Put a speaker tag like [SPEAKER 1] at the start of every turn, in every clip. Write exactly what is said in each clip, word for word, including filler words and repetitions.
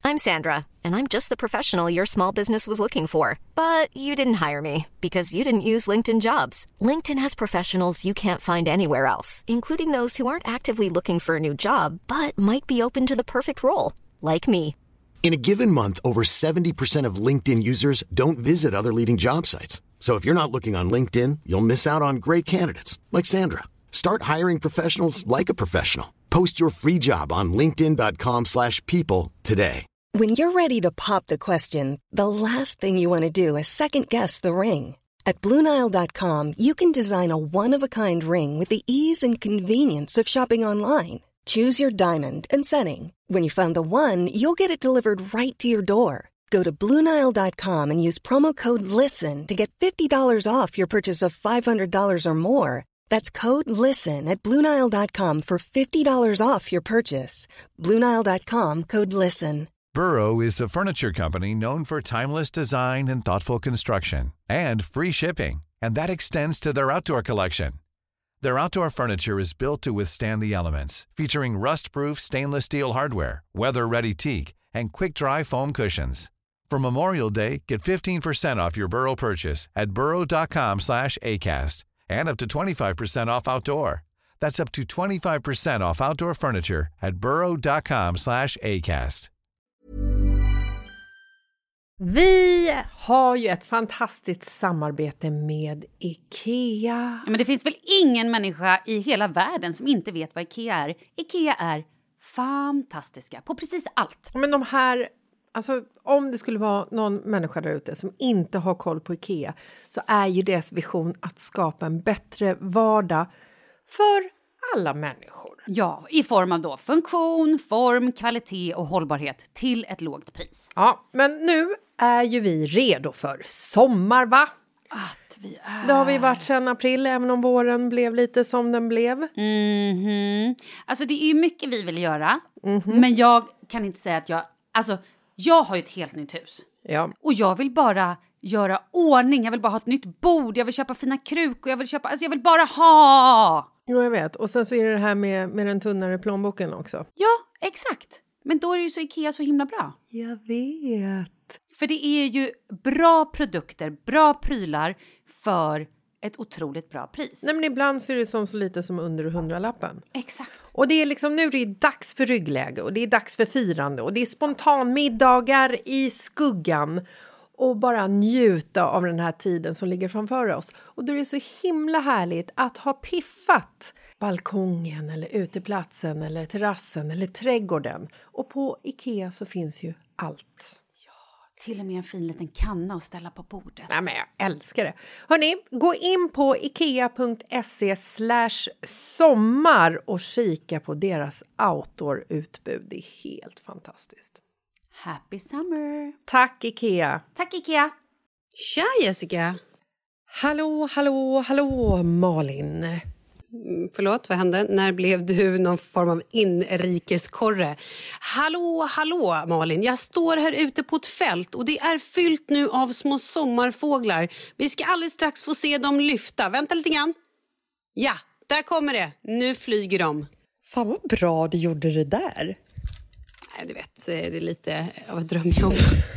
[SPEAKER 1] I'm Sandra, and I'm just the professional your small business was looking for. But you didn't hire me because you didn't use LinkedIn Jobs. LinkedIn has professionals you can't find anywhere else, including those who aren't actively looking for a new job, but might be open to the perfect role, like me.
[SPEAKER 2] In a given month, over seventy percent of LinkedIn users don't visit other leading job sites. So if you're not looking on LinkedIn, you'll miss out on great candidates like Sandra. Start hiring professionals like a professional. Post your free job on linkedin dot com slash people today.
[SPEAKER 3] When you're ready to pop the question, the last thing you want to do is second-guess the ring. At Blue Nile dot com, you can design a one-of-a-kind ring with the ease and convenience of shopping online. Choose your diamond and setting. When you find the one, you'll get it delivered right to your door. Go to Blue Nile dot com and use promo code LISTEN to get fifty dollars off your purchase of five hundred dollars or more. That's code LISTEN at Blue Nile dot com for fifty dollars off your purchase. Blue Nile dot com, code LISTEN.
[SPEAKER 4] Burrow is a furniture company known for timeless design and thoughtful construction, and free shipping, and that extends to their outdoor collection. Their outdoor furniture is built to withstand the elements, featuring rust-proof stainless steel hardware, weather-ready teak, and quick-dry foam cushions. For Memorial Day, get fifteen percent off your Burrow purchase at burrow dot com slash acast, and up to twenty-five percent off outdoor. That's up to twenty-five percent off outdoor furniture at burrow dot com slash acast.
[SPEAKER 5] Vi har ju ett fantastiskt samarbete med IKEA.
[SPEAKER 6] Ja, men det finns väl ingen människa i hela världen som inte vet vad IKEA är. IKEA är fantastiska på precis allt.
[SPEAKER 5] Men de här, alltså om det skulle vara någon människa där ute som inte har koll på IKEA, så är ju deras vision att skapa en bättre vardag för alla människor.
[SPEAKER 6] Ja, i form av då funktion, form, kvalitet och hållbarhet till ett lågt pris.
[SPEAKER 5] Ja, men nu är ju vi redo för sommar, va?
[SPEAKER 6] Att vi är...
[SPEAKER 5] Det har vi varit sedan april, även om våren blev lite som den blev.
[SPEAKER 6] Mhm. Alltså det är ju mycket vi vill göra.
[SPEAKER 5] Mm-hmm.
[SPEAKER 6] Men jag kan inte säga att jag... Alltså, jag har ju ett helt nytt hus.
[SPEAKER 5] Ja.
[SPEAKER 6] Och jag vill bara göra ordning. Jag vill bara ha ett nytt bord. Jag vill köpa fina krukor. Jag vill köpa... Alltså jag vill bara ha...
[SPEAKER 5] Jo, jag vet. Och sen så är det det här med, med den tunnare plånboken också.
[SPEAKER 6] Ja, exakt. Men då är ju så IKEA så himla bra.
[SPEAKER 5] Jag vet.
[SPEAKER 6] För det är ju bra produkter, bra prylar för ett otroligt bra pris.
[SPEAKER 5] Nej, men ibland så är det som så lite som under hundralappen.
[SPEAKER 6] Exakt.
[SPEAKER 5] Och det är liksom nu det är dags för ryggläge och det är dags för firande och det är spontanmiddagar i skuggan. Och bara njuta av den här tiden som ligger framför oss. Och då är det så himla härligt att ha piffat balkongen eller uteplatsen eller terrassen eller trädgården. Och på IKEA så finns ju allt.
[SPEAKER 6] Ja, till och med en fin liten kanna att ställa på bordet.
[SPEAKER 5] Nej, men jag älskar det. Hörrni, gå in på ikea punkt se slash sommar och kika på deras outdoor-utbud. Det är helt fantastiskt.
[SPEAKER 6] Happy summer!
[SPEAKER 5] Tack IKEA!
[SPEAKER 6] Tack IKEA!
[SPEAKER 7] Tja Jessica!
[SPEAKER 5] Hallå, hallå, hallå Malin!
[SPEAKER 7] Mm, förlåt, vad hände? När blev du någon form av inrikeskorre? Hallå, hallå Malin! Jag står här ute på ett fält och det är fyllt nu av små sommarfåglar. Vi ska alldeles strax få se dem lyfta. Vänta lite grann. Ja, där kommer det. Nu flyger de.
[SPEAKER 8] Fan vad bra du gjorde det där.
[SPEAKER 7] Du vet, det är lite av ett drömjobb.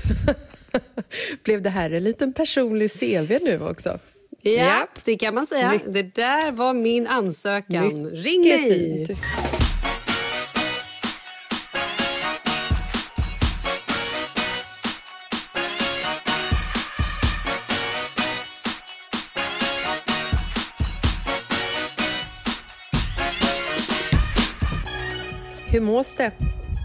[SPEAKER 8] Blev det här en liten personlig C V nu också?
[SPEAKER 7] Ja, yep, det kan man säga. My- det där var min ansökan.
[SPEAKER 8] Mycket
[SPEAKER 7] Ring mig!
[SPEAKER 8] Fint. Hur mås det?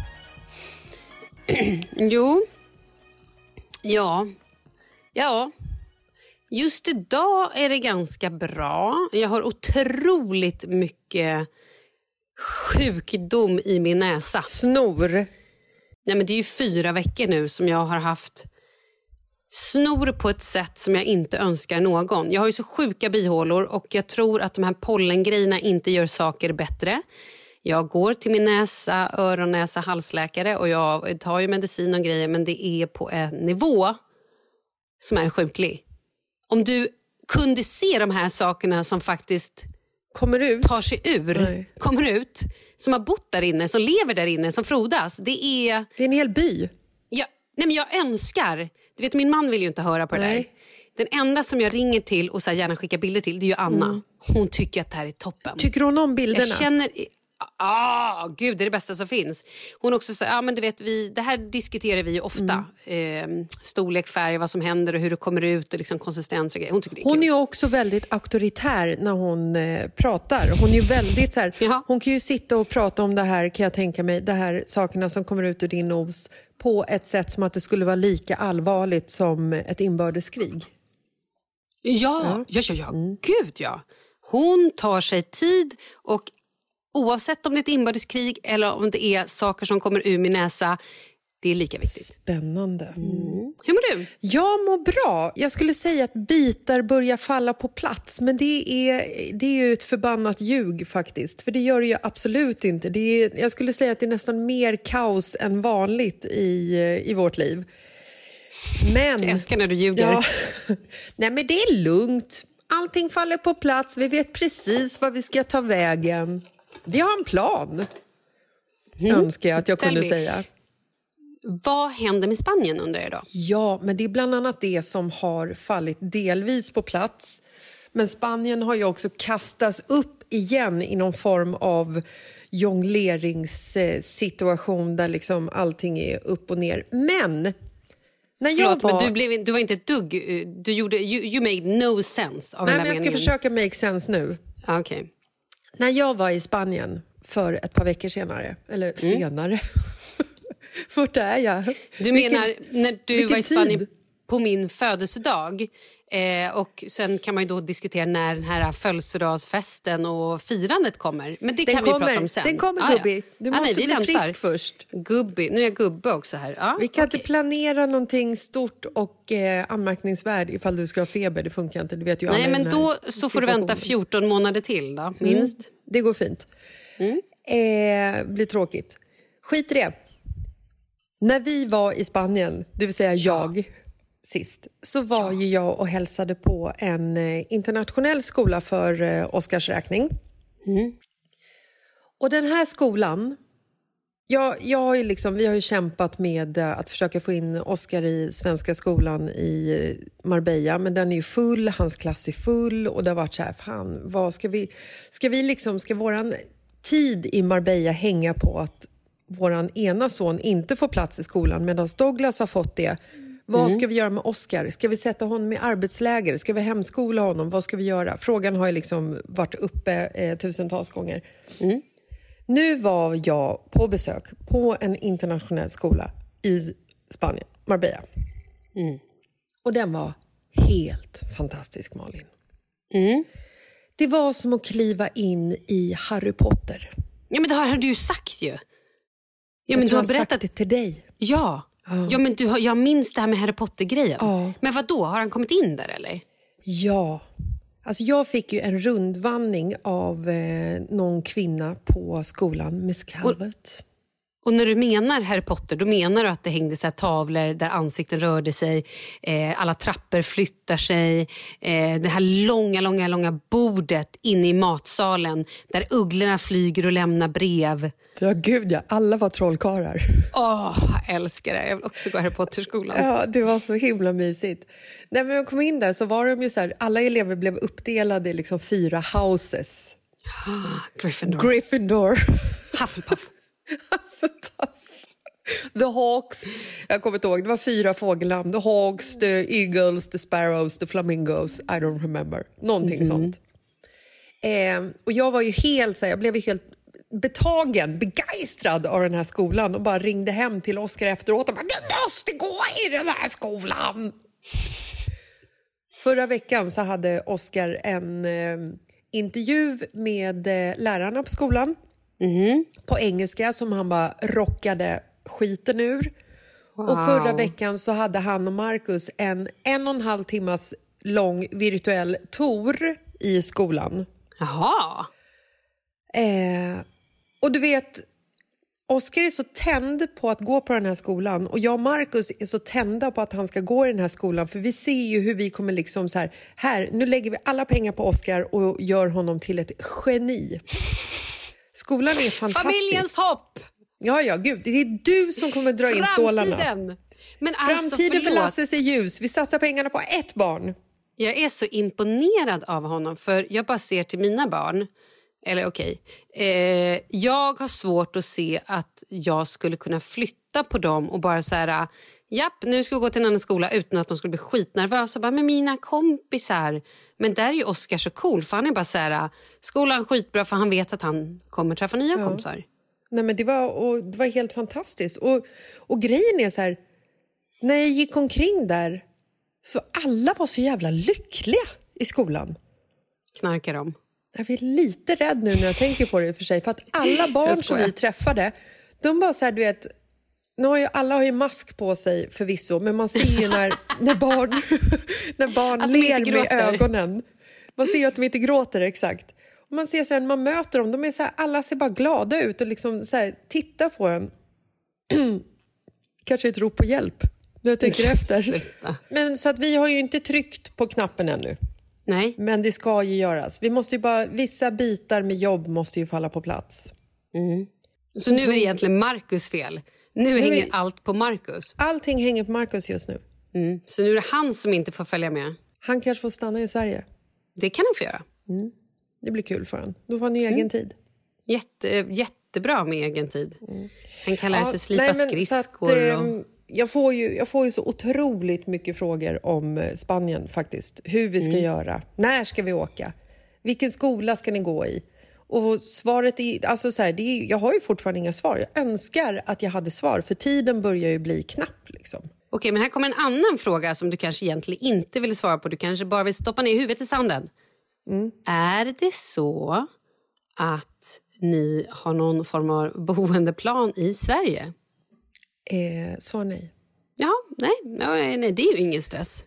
[SPEAKER 7] Jo. Ja. Ja. Just idag är det ganska bra. Jag har otroligt mycket sjukdom i min näsa.
[SPEAKER 8] Snor?
[SPEAKER 7] Nej, men det är ju fyra veckor nu som jag har haft snor på ett sätt som jag inte önskar någon. Jag har ju så sjuka bihålor och jag tror att de här pollengrejerna inte gör saker bättre. Jag går till min näsa, öron, näsa, halsläkare och jag tar ju medicin och grejer, men det är på en nivå som är sjuklig. Om du kunde se de här sakerna som faktiskt
[SPEAKER 8] kommer ut,
[SPEAKER 7] tar sig ur,
[SPEAKER 8] Nej.
[SPEAKER 7] kommer ut, som har bott där inne, som lever där inne, som frodas. Det är...
[SPEAKER 8] Det är en hel by.
[SPEAKER 7] Nej, men jag önskar, du vet min man vill ju inte höra på det
[SPEAKER 5] Nej.
[SPEAKER 7] där. Den enda som jag ringer till och så här gärna skickar bilder till, det är ju Anna. Mm. Hon tycker att det här är toppen.
[SPEAKER 5] Tycker hon om bilderna?
[SPEAKER 7] Jag känner, ah, gud det är det bästa som finns. Hon också säger, ja men du vet vi, det här diskuterar vi ju ofta. Mm. Eh, storlek, färg, vad som händer och hur det kommer ut och liksom konsistens och grejer. Hon tycker det är
[SPEAKER 5] Hon
[SPEAKER 7] kul.
[SPEAKER 5] är ju också väldigt auktoritär när hon eh, pratar. Hon är ju väldigt så här,
[SPEAKER 7] Jaha.
[SPEAKER 5] hon kan ju sitta och prata om det här, kan jag tänka mig, det här sakerna som kommer ut ur din nos på ett sätt som att det skulle vara lika allvarligt som ett inbördeskrig.
[SPEAKER 7] Ja, ja, ja, ja. Mm. Gud ja. Hon tar sig tid och oavsett om det är ett inbördeskrig eller om det är saker som kommer ur min näsa, det är lika viktigt.
[SPEAKER 5] Spännande. Mm.
[SPEAKER 7] Hur mår du?
[SPEAKER 5] Jag mår bra. Jag skulle säga att bitar börjar falla på plats, men det är, det är ju ett förbannat ljug faktiskt. För det gör det ju absolut inte. Det är, jag skulle säga att det är nästan mer kaos än vanligt i, i vårt liv. Men,
[SPEAKER 7] jag älskar när du ljuger.
[SPEAKER 5] Ja, nej men det är lugnt. Allting faller på plats. Vi vet precis vad vi ska ta vägen. Vi har en plan. Mm. Önskar jag att jag
[SPEAKER 7] Tell
[SPEAKER 5] kunde
[SPEAKER 7] me.
[SPEAKER 5] säga.
[SPEAKER 7] Vad händer med Spanien undrar jag då?
[SPEAKER 5] Ja, men det är bland annat det som har fallit delvis på plats. Men Spanien har ju också kastats upp igen i någon form av jongleringssituation där liksom allting är upp och ner. Men när jag
[SPEAKER 7] Förlåt,
[SPEAKER 5] var...
[SPEAKER 7] men du, blev, du var inte ett dugg... Du gjorde, you, you made no sense av
[SPEAKER 5] Nej,
[SPEAKER 7] den där
[SPEAKER 5] men jag ska
[SPEAKER 7] meningen.
[SPEAKER 5] försöka make sense nu.
[SPEAKER 7] Ah, okay.
[SPEAKER 5] När jag var i Spanien för ett par veckor senare, eller mm. senare... Vart är jag?
[SPEAKER 7] Du
[SPEAKER 5] vilken,
[SPEAKER 7] menar när du var i Spanien
[SPEAKER 5] tid?
[SPEAKER 7] På min födelsedag eh, och sen kan man ju då diskutera när den här födelsedagsfesten och firandet kommer. Men det
[SPEAKER 5] den
[SPEAKER 7] kan
[SPEAKER 5] kommer,
[SPEAKER 7] vi prata om sen.
[SPEAKER 5] Den kommer,
[SPEAKER 7] ah,
[SPEAKER 5] gubbi. Du
[SPEAKER 7] ah,
[SPEAKER 5] måste
[SPEAKER 7] nej,
[SPEAKER 5] bli
[SPEAKER 7] väntar.
[SPEAKER 5] frisk först.
[SPEAKER 7] Gubbi. Nu är jag gubbe också här. Ah,
[SPEAKER 5] vi kan
[SPEAKER 7] okay.
[SPEAKER 5] inte planera någonting stort och eh, anmärkningsvärt ifall du ska ha feber. Det funkar inte, du vet ju.
[SPEAKER 7] Nej, men då så får du vänta fjorton månader till då, minst.
[SPEAKER 5] Mm, det går fint. Mm. Eh, blir tråkigt. Skit i det. När vi var i Spanien, det vill säga jag, ja. sist, så var ja. ju jag och hälsade på en eh, internationell skola för eh, Oscars räkning. Mm. Och den här skolan, jag, jag har ju liksom, vi har ju kämpat med eh, att försöka få in Oscar i svenska skolan i eh, Marbella, men den är ju full, hans klass är full och det har varit så här, fan, vad ska vi, ska vi liksom, ska våran tid i Marbella hänga på att våran ena son inte får plats i skolan medan Douglas har fått det. Vad mm. ska vi göra med Oscar? Ska vi sätta honom i arbetsläger? Ska vi hemskola honom? Vad ska vi göra? Frågan har ju liksom varit uppe eh, tusentals gånger. Mm. Nu var jag på besök på en internationell skola i Spanien, Marbella. Mm. Och den var helt fantastisk, Malin. Mm. Det var som att kliva in i Harry Potter.
[SPEAKER 7] Ja, men det har du ju sagt ju. Ja,
[SPEAKER 5] jag
[SPEAKER 7] men
[SPEAKER 5] tror
[SPEAKER 7] du har berättat
[SPEAKER 5] sagt det till dig.
[SPEAKER 7] Ja, ja. ja men du har, jag minns det här med Harry Potter-grejen. Ja. Men vad då? Har han kommit in där eller?
[SPEAKER 5] Ja, alltså jag fick ju en rundvandring av eh, någon kvinna på skolan, Miss Calvert.
[SPEAKER 7] Och, och när du menar Harry Potter, då menar du att det hängde så här tavlor där ansikten rörde sig, eh, alla trappor flyttar sig, eh, det här långa, långa, långa bordet inne i matsalen där ugglorna flyger och lämnar brev.
[SPEAKER 5] Ja, gud ja, alla var trollkarlar.
[SPEAKER 7] Åh, oh, jag älskar det. Jag vill också gå här på Potterskolan.
[SPEAKER 5] Ja, det var så himla mysigt. När vi kom in där så var de ju så här, alla elever blev uppdelade i liksom fyra houses.
[SPEAKER 7] Gryffindor.
[SPEAKER 5] Gryffindor.
[SPEAKER 7] Hufflepuff.
[SPEAKER 5] Hufflepuff. The Hawks. Jag kommer inte ihåg, det var fyra fågelnamn. The Hawks, the Eagles, the Sparrows, the Flamingos. I don't remember. Någonting mm. sånt. Eh, och jag var ju helt så här, jag blev helt betagen, begeistrad av den här skolan och bara ringde hem till Oscar efteråt och bara, du måste gå i den här skolan. Förra veckan så hade Oscar en eh, intervju med eh, lärarna på skolan mm. på engelska som han bara rockade skiten ur. Wow. Och förra veckan så hade han och Marcus en en och en halv timmas lång virtuell tour i skolan.
[SPEAKER 7] Jaha.
[SPEAKER 5] Eh, och du vet, Oscar är så tänd på att gå på den här skolan och jag och Marcus är så tända på att han ska gå i den här skolan, för vi ser ju hur vi kommer liksom så här, här nu lägger vi alla pengar på Oscar och gör honom till ett geni. Skolan är fantastisk.
[SPEAKER 7] Familjens hopp!
[SPEAKER 8] Ja, ja, gud. Det är du som kommer dra in stålarna.
[SPEAKER 7] Framtiden! Men alltså,
[SPEAKER 8] Framtiden för
[SPEAKER 7] förlåt.
[SPEAKER 8] Lasse ser ljus. Vi satsar pengarna på ett barn.
[SPEAKER 7] Jag är så imponerad av honom, för jag bara ser till mina barn. Eller okej, eh, jag har svårt att se att jag skulle kunna flytta på dem och bara så här, japp, nu ska vi gå till en annan skola utan att de skulle bli skitnervösa. Bara med mina kompisar. Men där är ju Oscar så cool, för han är bara så här, skolan är skitbra för han vet att han kommer träffa nya ja. kompisar.
[SPEAKER 8] Nej, men det var, och det var helt fantastiskt. Och, och grejen är så här, när jag gick omkring där så alla var så jävla lyckliga i skolan.
[SPEAKER 7] Knarkar de?
[SPEAKER 8] Jag är lite rädd nu när jag tänker på det för sig. För att alla barn som vi träffade, de bara så här, du vet, nu har ju, alla har ju mask på sig förvisso, men man ser ju när, när barn, när barn ler med ögonen. Man ser ju att de inte gråter, exakt. Och man ser så här, när man möter dem, de är så här, alla ser bara glada ut och liksom så här, tittar på en. Kanske ett rop på hjälp när jag tänker efter.
[SPEAKER 7] Sluta.
[SPEAKER 8] Men så att vi har ju inte tryckt på knappen ännu.
[SPEAKER 7] Nej.
[SPEAKER 8] Men det ska ju göras. Vi måste ju bara, vissa bitar med jobb måste ju falla på plats.
[SPEAKER 7] Mm. Så nu är det egentligen Marcus fel. Nu, nu hänger är... allt på Marcus.
[SPEAKER 8] Allting hänger på Marcus just nu.
[SPEAKER 7] Mm. Så nu är det han som inte får följa med.
[SPEAKER 8] Han kanske får stanna i Sverige.
[SPEAKER 7] Det kan han få göra.
[SPEAKER 8] Mm. Det blir kul för honom. Då får han ju egen mm. tid.
[SPEAKER 7] Jätte, jättebra med egen tid. Mm. Han kan lära sig
[SPEAKER 8] ja,
[SPEAKER 7] slipa
[SPEAKER 8] nej,
[SPEAKER 7] skridskor.
[SPEAKER 8] Att,
[SPEAKER 7] och...
[SPEAKER 8] eh, jag, får ju, jag får ju så otroligt mycket frågor om Spanien faktiskt. Hur vi ska mm. göra. När ska vi åka? Vilken skola ska ni gå i? Och svaret är, alltså så här, det är, jag har ju fortfarande inga svar. Jag önskar att jag hade svar, för tiden börjar ju bli knapp liksom.
[SPEAKER 7] Okej, men här kommer en annan fråga som du kanske egentligen inte vill svara på. Du kanske bara vill stoppa ner huvudet i sanden. Mm. Är det så att ni har någon form av boendeplan i Sverige?
[SPEAKER 8] Eh, svar nej.
[SPEAKER 7] Ja, nej, nej, nej, det är ju ingen stress.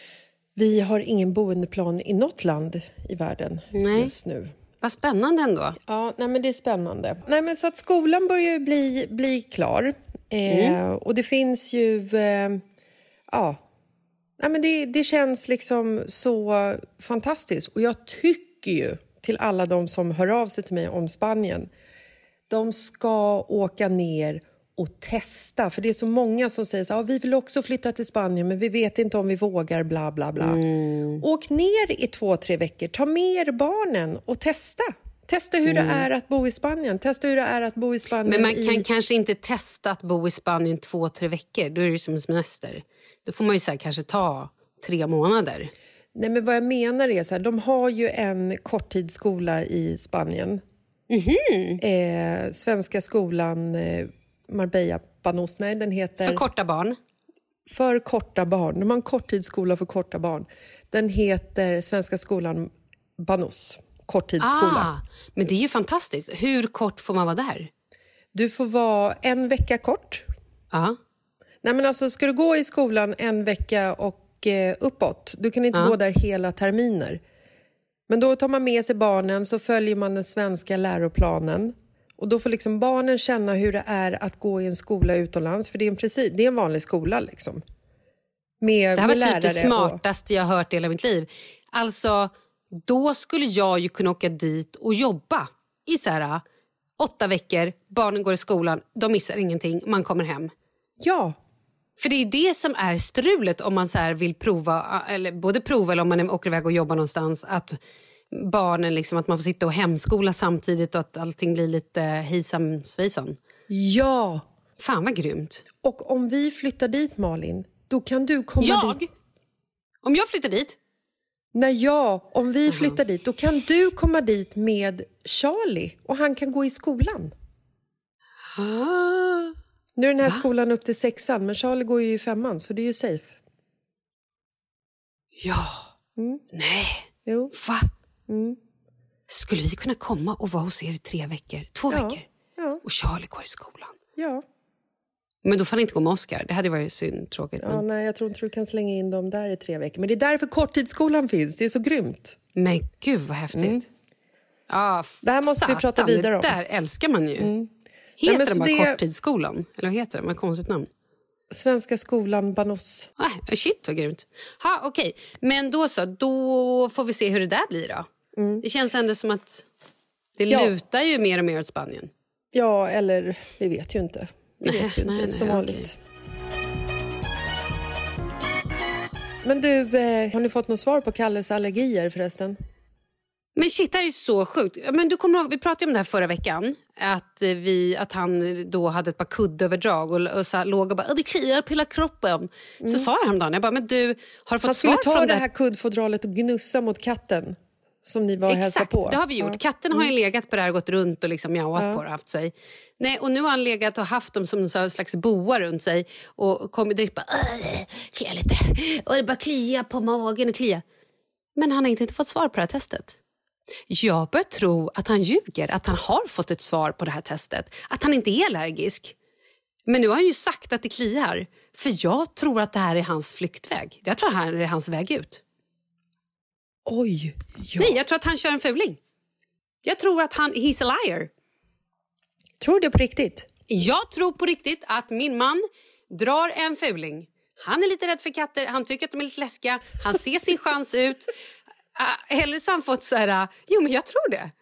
[SPEAKER 8] Vi har ingen boendeplan i något land i världen nej. just nu.
[SPEAKER 7] Vad spännande ändå.
[SPEAKER 8] Ja, nej, men det är spännande. Nej, men så att skolan börjar ju bli, bli klar. Eh, mm. Och det finns ju... Eh, ja... Nej, men det, det känns liksom så fantastiskt. Och jag tycker ju till alla de som hör av sig till mig om Spanien. De ska åka ner och testa. För det är så många som säger så här, vi vill också flytta till Spanien men vi vet inte om vi vågar, bla bla bla. Mm. Åk ner i två, tre veckor. Ta med er barnen och testa. Testa hur mm. det är att bo i Spanien. Testa hur det är att bo i Spanien.
[SPEAKER 7] Men man kan
[SPEAKER 8] i...
[SPEAKER 7] kanske inte testa att bo i Spanien två, tre veckor. Då är det ju som en semester. Då får man ju så här, kanske ta tre månader.
[SPEAKER 8] Nej, men vad jag menar är så här, de har ju en korttidsskola i Spanien. Mm-hmm. Eh, svenska skolan eh, Marbella Banos, nej, den heter...
[SPEAKER 7] För korta barn.
[SPEAKER 8] För korta barn. De har en korttidsskola för korta barn. Den heter Svenska skolan Banos. Korttidsskola.
[SPEAKER 7] Ah, men det är ju fantastiskt. Hur kort får man vara där?
[SPEAKER 8] Du får vara en vecka kort.
[SPEAKER 7] Ja.
[SPEAKER 8] Nej, men alltså, ska du gå i skolan en vecka och eh, uppåt, du kan inte ja. gå där hela terminer. Men då tar man med sig barnen, så följer man den svenska läroplanen. Och då får liksom barnen känna hur det är att gå i en skola utomlands. För det är en, precis, det är en vanlig skola liksom. Med,
[SPEAKER 7] det här
[SPEAKER 8] med
[SPEAKER 7] var typ det smartaste
[SPEAKER 8] och...
[SPEAKER 7] jag har hört i hela mitt liv. Alltså, då skulle jag ju kunna åka dit och jobba i så här åtta veckor. Barnen går i skolan, de missar ingenting, man kommer hem.
[SPEAKER 8] Ja.
[SPEAKER 7] För det är det som är strulet om man så här vill prova, eller både prova eller om man åker iväg och jobbar någonstans, att barnen liksom, att man får sitta och hemskola samtidigt och att allting blir lite hejsam svejsan.
[SPEAKER 8] Ja.
[SPEAKER 7] Fan vad grymt.
[SPEAKER 8] Och om vi flyttar dit, Malin, då kan du komma
[SPEAKER 7] jag?
[SPEAKER 8] dit.
[SPEAKER 7] Om jag flyttar dit?
[SPEAKER 8] Nej, ja, om vi flyttar uh-huh. dit, då kan du komma dit med Charlie och han kan gå i skolan.
[SPEAKER 7] Ah.
[SPEAKER 8] Nu är den här
[SPEAKER 7] Va?
[SPEAKER 8] skolan upp till sexan, men Charlie går ju i femman, så det är ju safe.
[SPEAKER 7] Ja.
[SPEAKER 8] Mm.
[SPEAKER 7] Nej.
[SPEAKER 8] Jo.
[SPEAKER 7] Va?
[SPEAKER 8] Mm.
[SPEAKER 7] Skulle vi kunna komma och vara hos er i tre veckor? Två
[SPEAKER 8] ja.
[SPEAKER 7] veckor?
[SPEAKER 8] Ja.
[SPEAKER 7] Och Charlie går i skolan?
[SPEAKER 8] Ja.
[SPEAKER 7] Men då får han inte gå med Oscar. Det hade varit synd, tråkigt.
[SPEAKER 8] Ja,
[SPEAKER 7] men...
[SPEAKER 8] nej, jag tror inte du kan slänga in dem där i tre veckor. Men det är därför korttidsskolan finns. Det är så grymt.
[SPEAKER 7] Men gud vad häftigt. Mm. Ah,
[SPEAKER 8] det här måste
[SPEAKER 7] satan,
[SPEAKER 8] vi prata vidare om.
[SPEAKER 7] Det där älskar man ju.
[SPEAKER 8] Mm.
[SPEAKER 7] Heter
[SPEAKER 8] nej,
[SPEAKER 7] den bara
[SPEAKER 8] det...
[SPEAKER 7] korttidsskolan? Eller vad heter det? Vad konstigt namn.
[SPEAKER 8] Svenska skolan Banos.
[SPEAKER 7] Ah, shit vad grymt. Ha, okej. Okay. Men då så, då får vi se hur det där blir då. Mm. Det känns ändå som att det ja. lutar ju mer och mer åt Spanien.
[SPEAKER 8] Ja, eller vi vet ju inte. Vi
[SPEAKER 7] Nej,
[SPEAKER 8] vet ju
[SPEAKER 7] nej,
[SPEAKER 8] inte,
[SPEAKER 7] nej,
[SPEAKER 8] som
[SPEAKER 7] okej.
[SPEAKER 8] vanligt. Men du, eh, har ni fått något svar på Kalles allergier förresten?
[SPEAKER 7] Men shit, det här är ju så sjukt. Men du kommer ihåg, vi pratade om det här förra veckan. Att, vi, att han då hade ett par kuddöverdrag och, och så låg och bara, det kliar på hela kroppen. Mm. Så sa jag häromdagen, jag bara, men du, har du fått
[SPEAKER 8] han skulle
[SPEAKER 7] svar
[SPEAKER 8] ta
[SPEAKER 7] från
[SPEAKER 8] det
[SPEAKER 7] det
[SPEAKER 8] här kuddfodralet och gnussa mot katten som ni var och hälsade
[SPEAKER 7] Exakt,
[SPEAKER 8] på.
[SPEAKER 7] det har vi gjort.
[SPEAKER 8] Ja.
[SPEAKER 7] Katten har ju legat på det här och gått runt och liksom mjauat
[SPEAKER 8] Ja.
[SPEAKER 7] på det och haft sig. Nej, och nu har han legat och haft dem som en slags boa runt sig och kommit direkt bara, klia lite. Och det bara klia på magen och klia. Men han har inte fått svar på det här testet. Jag börjar tro att han ljuger, att han har fått ett svar på det här testet. Att han inte är allergisk. Men nu har han ju sagt att det kliar. För jag tror att det här är hans flyktväg. Jag tror att det här är hans väg ut.
[SPEAKER 8] Oj, ja.
[SPEAKER 7] Nej, jag tror att han kör en fuling. Jag tror att han, he's a liar.
[SPEAKER 8] Tror du på riktigt?
[SPEAKER 7] Jag tror på riktigt att min man drar en fuling. Han är lite rädd för katter, han tycker att de är lite läskiga. Han ser sin chans ut. Uh, eller så har han fått så här, jo men jag tror det.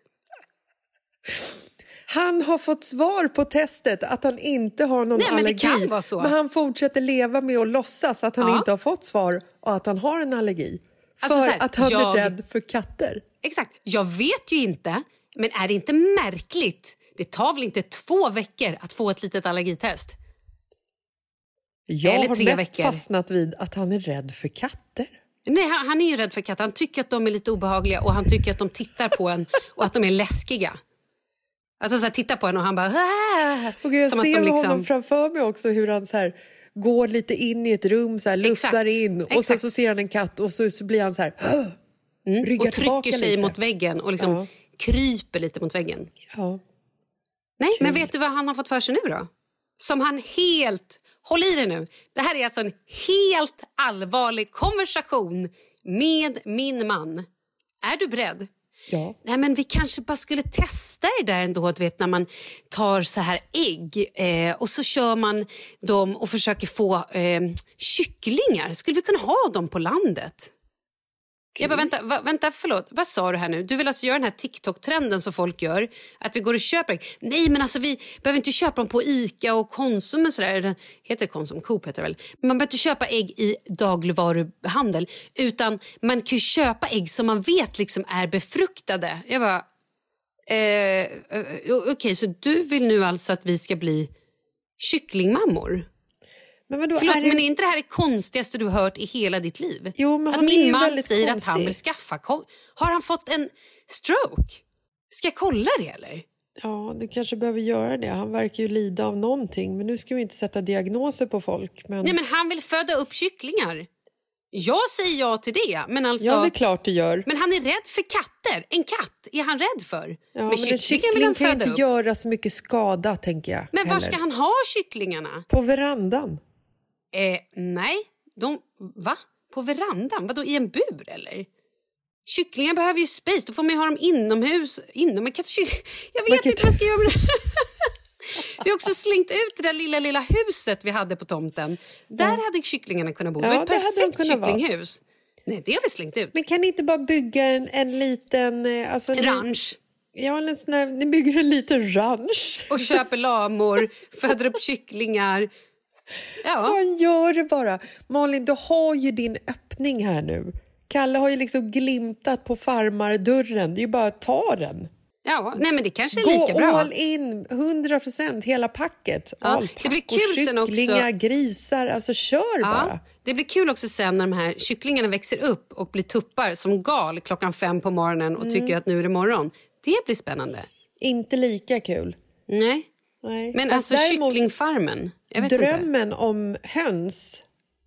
[SPEAKER 8] Han har fått svar på testet att han inte har någon
[SPEAKER 7] Nej, men det
[SPEAKER 8] allergi.
[SPEAKER 7] kan vara så.
[SPEAKER 8] Men han fortsätter leva med att låtsas att han
[SPEAKER 7] Ja.
[SPEAKER 8] inte har fått svar och att han har en allergi. För
[SPEAKER 7] Alltså så här,
[SPEAKER 8] att han
[SPEAKER 7] jag-
[SPEAKER 8] är rädd för katter.
[SPEAKER 7] Exakt, jag vet ju inte, men är det inte märkligt? Det tar väl inte två veckor att få ett litet allergitest?
[SPEAKER 8] Jag
[SPEAKER 7] Eller
[SPEAKER 8] har
[SPEAKER 7] tre
[SPEAKER 8] mest
[SPEAKER 7] veckor.
[SPEAKER 8] fastnat vid att han är rädd för katter.
[SPEAKER 7] Nej, han, han är ju rädd för katter. Han tycker att de är lite obehagliga och han tycker att de tittar på en och att de är läskiga. Alltså så här, tittar på en och han bara... Aah!
[SPEAKER 8] Och jag
[SPEAKER 7] Som att
[SPEAKER 8] ser
[SPEAKER 7] de liksom-
[SPEAKER 8] honom framför mig också hur han så här går lite in i ett rum, så här, lufsar
[SPEAKER 7] Exakt,
[SPEAKER 8] in och sen
[SPEAKER 7] exakt.
[SPEAKER 8] så ser han en katt och så, så blir han så här... Mm, ryggar
[SPEAKER 7] och
[SPEAKER 8] tillbaka
[SPEAKER 7] trycker sig
[SPEAKER 8] lite.
[SPEAKER 7] mot väggen och liksom
[SPEAKER 8] Ja.
[SPEAKER 7] kryper lite mot väggen.
[SPEAKER 8] Ja.
[SPEAKER 7] Nej, men vet du vad han har fått för sig nu då? Som han helt... Håll i det nu. Det här är alltså en helt allvarlig konversation med min man. Är du beredd?
[SPEAKER 8] Ja.
[SPEAKER 7] Nej, men vi kanske bara skulle testa det där ändå, du vet, när man tar så här ägg eh, och så kör man dem och försöker få eh, kycklingar. Skulle vi kunna ha dem på landet? Jag bara, vänta, va, vänta, förlåt. Vad sa du här nu? Du vill alltså göra den här TikTok-trenden som folk gör? Att vi går och köper ägg? Nej, men alltså vi behöver inte köpa dem på Ica och Konsum och sådär. Heter det Konsum? Coop heter det väl? Man behöver inte köpa ägg i dagligvaruhandel. Utan man kan ju köpa ägg som man vet liksom är befruktade. Jag bara, eh, okej, okay, så du vill nu alltså att vi ska bli kycklingmammor?
[SPEAKER 8] Men, vadå,
[SPEAKER 7] Förlåt,
[SPEAKER 8] är det...
[SPEAKER 7] men är inte det här det konstigaste du har hört i hela ditt liv?
[SPEAKER 8] Jo, men
[SPEAKER 7] att
[SPEAKER 8] han är
[SPEAKER 7] min
[SPEAKER 8] ju
[SPEAKER 7] man
[SPEAKER 8] väldigt
[SPEAKER 7] säger
[SPEAKER 8] konstig.
[SPEAKER 7] att han vill skaffa... Ko- har han fått en stroke? Ska jag kolla det eller?
[SPEAKER 8] Ja, du kanske behöver göra det. Han verkar ju lida av någonting. Men nu ska vi inte sätta diagnoser på folk. Men...
[SPEAKER 7] Nej, men han vill föda upp kycklingar. Jag säger ja till det, men alltså...
[SPEAKER 8] Ja, det är klart du gör.
[SPEAKER 7] Men han är rädd för katter. En katt är han rädd för.
[SPEAKER 8] Ja, men en
[SPEAKER 7] kycklingar vill
[SPEAKER 8] kyckling
[SPEAKER 7] han
[SPEAKER 8] kan ju
[SPEAKER 7] föda
[SPEAKER 8] inte
[SPEAKER 7] upp.
[SPEAKER 8] göra så mycket skada, tänker jag.
[SPEAKER 7] Men var
[SPEAKER 8] heller.
[SPEAKER 7] ska han ha kycklingarna?
[SPEAKER 8] På verandan.
[SPEAKER 7] Eh, nej, de... Va? På verandan? Vadå, i en bur eller? Kycklingar behöver ju space, då får man ju ha dem inomhus. Inom, man kan inte kyckling... Jag vet
[SPEAKER 8] Man kan
[SPEAKER 7] inte vad jag ska göra med det. Vi har också slängt ut det där lilla, lilla huset vi hade på tomten. Där
[SPEAKER 8] Ja.
[SPEAKER 7] hade kycklingarna kunnat bo.
[SPEAKER 8] Ja,
[SPEAKER 7] det var ett
[SPEAKER 8] det hade de
[SPEAKER 7] perfekt
[SPEAKER 8] kunnat vara.
[SPEAKER 7] kycklinghus. Nej, det har vi slängt ut.
[SPEAKER 8] Men kan ni inte bara bygga en, en liten... eh, Alltså, en li-
[SPEAKER 7] Ranch.
[SPEAKER 8] Ja, en sån här, ni bygger en liten ranch.
[SPEAKER 7] Och köper lamor, föder upp kycklingar. Ja.
[SPEAKER 8] Fan, gör det bara. Malin, du har ju din öppning här nu. Kalle har ju liksom glimtat på farmardörren. Det är ju bara att ta den.
[SPEAKER 7] Ja, nej men det kanske är
[SPEAKER 8] Gå
[SPEAKER 7] lika bra.
[SPEAKER 8] all in, hundra procent, hela packet.
[SPEAKER 7] Ja,
[SPEAKER 8] Alpackor,
[SPEAKER 7] det blir kul sen också.
[SPEAKER 8] kycklingar, grisar, alltså kör bara.
[SPEAKER 7] Ja, det blir kul också sen när de här kycklingarna växer upp och blir tuppar som gal klockan fem på morgonen och tycker att nu är det morgon. Det blir spännande.
[SPEAKER 8] Inte lika kul.
[SPEAKER 7] Nej,
[SPEAKER 8] Nej.
[SPEAKER 7] men
[SPEAKER 8] Fast
[SPEAKER 7] alltså
[SPEAKER 8] däremot,
[SPEAKER 7] kycklingfarmen. Jag vet inte.
[SPEAKER 8] drömmen om höns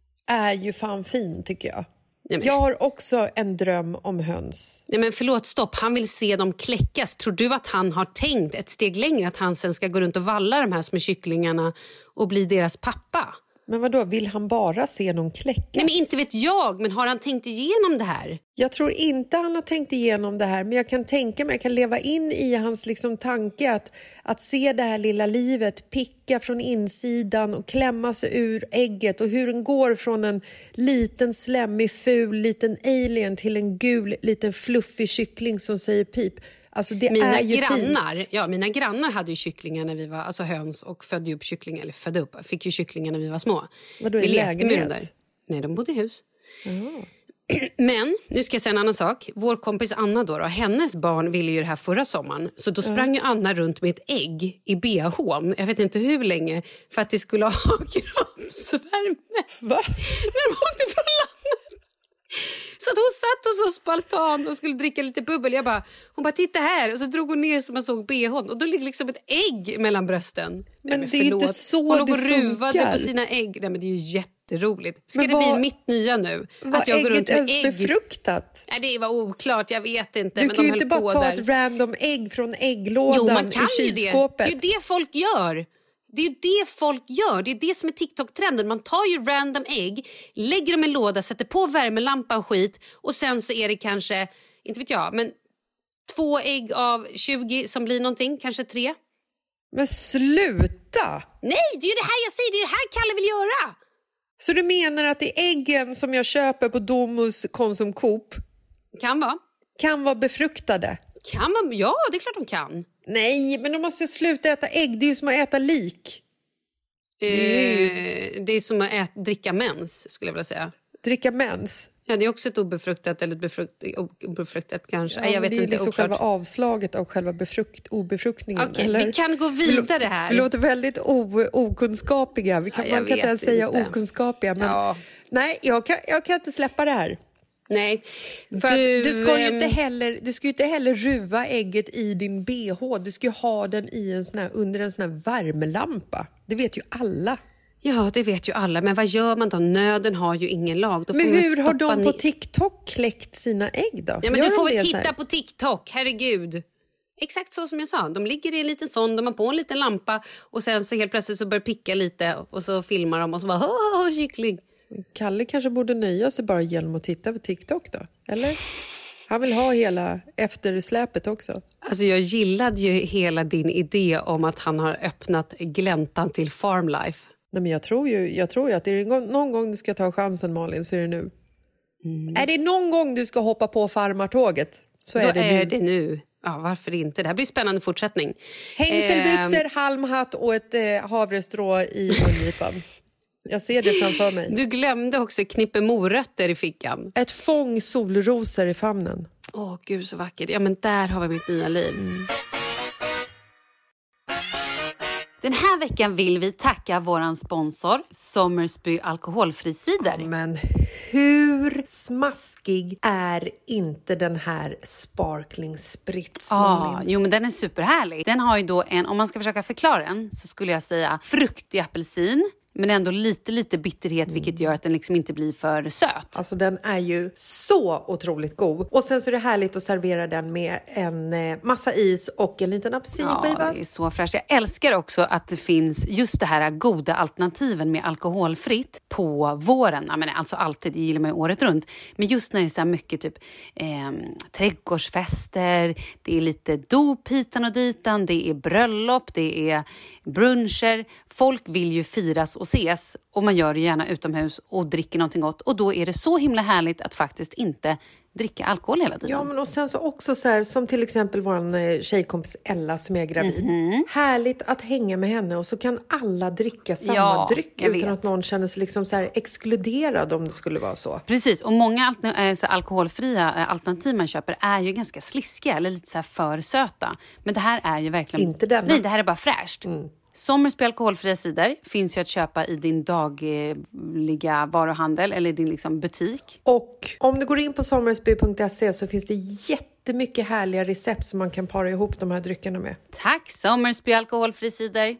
[SPEAKER 8] är ju fan fin, tycker jag.
[SPEAKER 7] Nej, men-
[SPEAKER 8] Jag har också en dröm om höns.
[SPEAKER 7] Nej, men förlåt, stopp. Han vill se dem kläckas. Tror du att han har tänkt ett steg längre att han sen ska gå runt och valla de här små kycklingarna och bli deras pappa?
[SPEAKER 8] Men vad då, vill han bara se någon kläckas?
[SPEAKER 7] Nej, men inte vet jag. Men har han tänkt igenom det här?
[SPEAKER 8] Jag tror inte han har tänkt igenom det här, men jag kan tänka mig, jag kan leva in i hans liksom tanke att, att se det här lilla livet picka från insidan och klämma sig ur ägget och hur den går från en liten slemmig ful liten alien till en gul liten fluffig kyckling som säger pip. Alltså det
[SPEAKER 7] mina
[SPEAKER 8] är ju
[SPEAKER 7] grannar,
[SPEAKER 8] fint.
[SPEAKER 7] Ja, mina grannar hade ju kycklingar när vi var, alltså höns, och födde ju upp kycklingar, eller födde upp, fick ju kycklingar när vi var små.
[SPEAKER 8] Vadå,
[SPEAKER 7] vi
[SPEAKER 8] i
[SPEAKER 7] lekte med
[SPEAKER 8] lägenhet?
[SPEAKER 7] dem där. Nej, de bodde i hus.
[SPEAKER 8] Mm.
[SPEAKER 7] Men, nu ska jag säga en annan sak. Vår kompis Anna då, då hennes barn ville ju det här förra sommaren. Så då sprang mm. ju Anna runt med ett ägg i B H:n. Jag vet inte hur länge. För att det skulle ha kroppsvärme.
[SPEAKER 8] Va?
[SPEAKER 7] När de åkte från landet. Så att hon satt och så spaltan och skulle dricka lite bubbel. Jag bara, hon bara, titta här. Och så drog hon ner som man såg B H:n. Och då ligger liksom ett ägg mellan brösten.
[SPEAKER 8] Men,
[SPEAKER 7] Nej, men
[SPEAKER 8] det är inte så
[SPEAKER 7] hon låg och
[SPEAKER 8] det
[SPEAKER 7] ruvade
[SPEAKER 8] funkar.
[SPEAKER 7] på sina ägg. Nej, men det är ju jätteroligt. Ska
[SPEAKER 8] men
[SPEAKER 7] det
[SPEAKER 8] var,
[SPEAKER 7] bli mitt nya nu?
[SPEAKER 8] Var
[SPEAKER 7] att jag går runt med
[SPEAKER 8] ens
[SPEAKER 7] ägg
[SPEAKER 8] befruktat?
[SPEAKER 7] Nej, det var oklart, jag vet inte.
[SPEAKER 8] Du
[SPEAKER 7] men
[SPEAKER 8] kan
[SPEAKER 7] de
[SPEAKER 8] ju inte bara ta
[SPEAKER 7] där.
[SPEAKER 8] ett random ägg från ägglådan
[SPEAKER 7] jo, man kan
[SPEAKER 8] i kylskåpet.
[SPEAKER 7] Ju det. det är ju det folk gör. Det är ju det folk gör. Det är det som är TikTok-trenden. Man tar ju random ägg, lägger dem i en låda, sätter på värmelampa och skit. Och sen så är det kanske, inte vet jag, men två ägg av tjugo som blir någonting. Kanske tre.
[SPEAKER 8] Men sluta!
[SPEAKER 7] Nej, det är ju det här jag säger. Det är det här Kalle vill göra.
[SPEAKER 8] Så du menar att det är äggen som jag köper på Domus Konsum Coop
[SPEAKER 7] kan vara.
[SPEAKER 8] Kan vara befruktade?
[SPEAKER 7] Kan man? Ja, det är klart de kan.
[SPEAKER 8] Nej, men de måste sluta äta ägg. Det är ju som att äta lik.
[SPEAKER 7] Eh, det, är... det är som att äta, dricka mens, skulle jag vilja säga.
[SPEAKER 8] Dricka mens?
[SPEAKER 7] Ja, det är också ett obefruktat eller ett befrukt, obefruktat kanske.
[SPEAKER 8] Ja,
[SPEAKER 7] Nej, jag vet
[SPEAKER 8] det är
[SPEAKER 7] inte,
[SPEAKER 8] liksom
[SPEAKER 7] oklart.
[SPEAKER 8] själva avslaget av själva befrukt, obefruktningen.
[SPEAKER 7] Okej,
[SPEAKER 8] eller?
[SPEAKER 7] vi kan gå vidare här.
[SPEAKER 8] Vi låter väldigt o, okunskapiga. Vi kan,
[SPEAKER 7] ja,
[SPEAKER 8] man kan inte ens säga okunskapiga. Men
[SPEAKER 7] ja.
[SPEAKER 8] Nej, jag kan, jag kan inte släppa det här.
[SPEAKER 7] Nej.
[SPEAKER 8] För
[SPEAKER 7] du,
[SPEAKER 8] att du ska ju
[SPEAKER 7] äm...
[SPEAKER 8] inte heller, du ska ju inte heller ruva ägget i din B H. Du ska ju ha den i en sån här, under en sån här värmelampa. Det vet ju alla.
[SPEAKER 7] Ja, det vet ju alla. Men vad gör man då? Nöden har ju ingen lag. Då får
[SPEAKER 8] men hur har de på
[SPEAKER 7] ner...
[SPEAKER 8] TikTok kläckt sina ägg då?
[SPEAKER 7] Ja, men
[SPEAKER 8] gör
[SPEAKER 7] du får
[SPEAKER 8] de
[SPEAKER 7] väl
[SPEAKER 8] titta
[SPEAKER 7] här? På TikTok, herregud. Exakt så som jag sa. De ligger i en liten sån, de har på en liten lampa och sen så helt plötsligt så börjar picka lite och så filmar de och så bara, åh, kyckling.
[SPEAKER 8] Kalle kanske borde nöja sig bara genom att titta på TikTok då, eller? Han vill ha hela eftersläpet också.
[SPEAKER 7] Alltså jag gillade ju hela din idé om att han har öppnat gläntan till Farmlife.
[SPEAKER 8] Nej, men jag tror ju jag tror ju att det är någon gång du ska ta chansen, Malin, så är det nu. Mm. Är det någon gång du ska hoppa på farmartåget så är
[SPEAKER 7] Då
[SPEAKER 8] det
[SPEAKER 7] är
[SPEAKER 8] nu.
[SPEAKER 7] det nu. Ja, varför inte? Det här blir spännande fortsättning.
[SPEAKER 8] Hängselbyxor, eh... halmhatt och ett eh, havrestrå i mungipan. Jag ser det framför mig.
[SPEAKER 7] Du glömde också knippe morötter i fickan.
[SPEAKER 8] Ett fång solrosor i famnen.
[SPEAKER 7] Åh, gud så vackert. Ja, men där har vi mitt nya liv. Mm. Den här veckan vill vi tacka våran sponsor Sommersby alkoholfri cider.
[SPEAKER 8] Ja, men hur smaskig är inte den här sparkling spritz?
[SPEAKER 7] Ja, jo men den är superhärlig. Den har ju då en, om man ska försöka förklara den så skulle jag säga fruktig apelsin. Men ändå lite, lite bitterhet mm. vilket gör att den liksom inte blir för söt.
[SPEAKER 8] Alltså den är ju så otroligt god. Och sen så är det härligt att servera den med en eh, massa is och en liten apelsinskiva.
[SPEAKER 7] Ja, det är så fräscht. Jag älskar också att det finns just det här goda alternativen med alkoholfritt på våren. Ja, men alltså alltid, det gillar man ju året runt. Men just när det är så här mycket typ eh, trädgårdsfester, det är lite dop hitan och ditan, det är bröllop, det är bruncher. Folk vill ju firas och ses och man gör det gärna utomhus och dricker någonting gott. Och då är det så himla härligt att faktiskt inte dricka alkohol hela tiden.
[SPEAKER 8] Ja, men och sen så också så här, som till exempel vår tjejkompis Ella som är gravid. Mm-hmm. Härligt att hänga med henne och så kan alla dricka samma
[SPEAKER 7] ja,
[SPEAKER 8] dryck utan vet. Att någon känner sig liksom så här exkluderad om det skulle vara så.
[SPEAKER 7] Precis, och många äh, så alkoholfria äh, alternativ man köper är ju ganska sliskiga eller lite så här för söta. Men det här är ju verkligen...
[SPEAKER 8] Inte denna.
[SPEAKER 7] Nej, det här är bara fräscht. Mm. Sommersby alkoholfria cider finns ju att köpa i din dagliga varuhandel eller din liksom butik.
[SPEAKER 8] Och om du går in på sommersby punkt se så finns det jättemycket härliga recept som man kan para ihop de här dryckerna med.
[SPEAKER 7] Tack, Sommersby alkoholfri cider.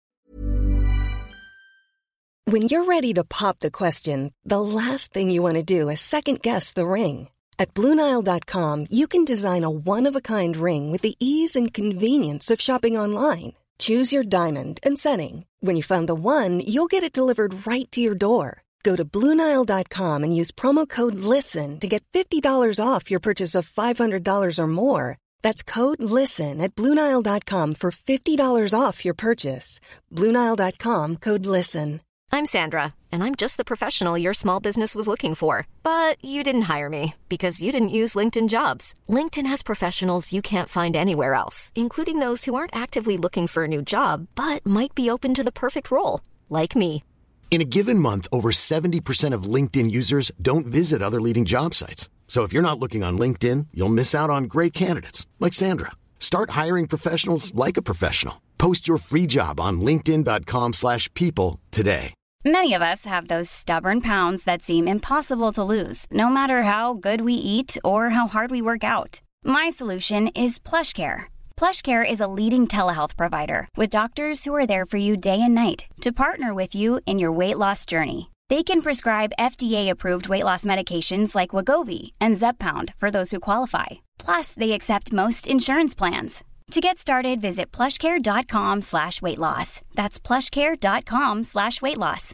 [SPEAKER 3] When you're ready to pop the question, the last thing you want to do is second guess the ring. At Blue Nile dot com you can design a one-of-a-kind ring with the ease and convenience of shopping online. Choose your diamond and setting. When you find the one, you'll get it delivered right to your door. Go to Blue Nile dot com and use promo code LISTEN to get fifty dollars off your purchase of five hundred dollars or more. That's code LISTEN at Blue Nile dot com for fifty dollars off your purchase. Blue Nile dot com, code LISTEN.
[SPEAKER 1] I'm Sandra, and I'm just the professional your small business was looking for. But you didn't hire me because you didn't use LinkedIn Jobs. LinkedIn has professionals you can't find anywhere else, including those who aren't actively looking for a new job, but might be open to the perfect role, like me.
[SPEAKER 2] In a given month, over seventy percent of LinkedIn users don't visit other leading job sites. So if you're not looking on LinkedIn, you'll miss out on great candidates like Sandra. Start hiring professionals like a professional. Post your free job on linkedin dot com slash people today.
[SPEAKER 9] Many of us have those stubborn pounds that seem impossible to lose, no matter how good we eat or how hard we work out. My solution is PlushCare. PlushCare is a leading telehealth provider with doctors who are there for you day and night to partner with you in your weight loss journey. They can prescribe F D A-approved weight loss medications like Wegovy and Zepbound for those who qualify. Plus, they accept most insurance plans. To get started, visit plushcare.com slash weight loss. That's plushcare.com slash weight loss.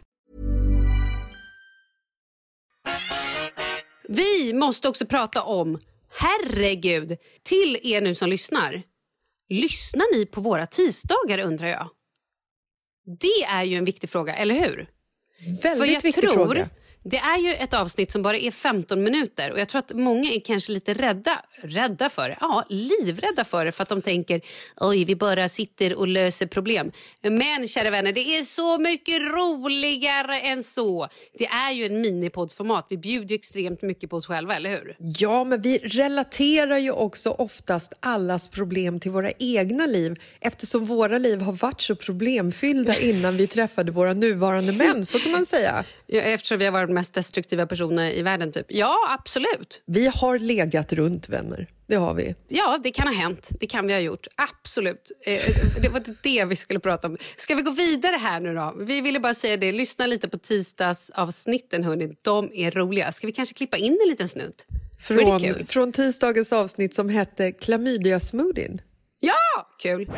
[SPEAKER 7] Vi måste också prata om, herregud, till er nu som lyssnar. Lyssnar ni på våra tisdagar, undrar jag? Det är ju en viktig fråga, eller hur?
[SPEAKER 8] Väldigt
[SPEAKER 7] För jag
[SPEAKER 8] viktig
[SPEAKER 7] tror,
[SPEAKER 8] fråga.
[SPEAKER 7] Det är ju ett avsnitt som bara är femton minuter och jag tror att många är kanske lite rädda, rädda för det. Ja, livrädda för det för att de tänker, oj, vi bara sitter och löser problem. Men kära vänner, det är så mycket roligare än så. Det är ju en minipoddformat. Vi bjuder ju extremt mycket på oss själva, eller hur?
[SPEAKER 8] Ja, men vi relaterar ju också oftast allas problem till våra egna liv eftersom våra liv har varit så problemfyllda innan vi träffade våra nuvarande män, så kan man säga.
[SPEAKER 7] Ja, eftersom vi har varit de mest destruktiva personer i världen, typ. Ja, absolut.
[SPEAKER 8] Vi har legat runt, vänner. Det har vi.
[SPEAKER 7] Ja, det kan ha hänt. Det kan vi ha gjort. Absolut. Eh, det var det vi skulle prata om. Ska vi gå vidare här nu då? Vi ville bara säga det. Lyssna lite på tisdagsavsnitten, hörni. De är roliga. Ska vi kanske klippa in en liten snutt?
[SPEAKER 8] Från, från tisdagens avsnitt som hette Klamydia-smoothien.
[SPEAKER 7] Ja, kul.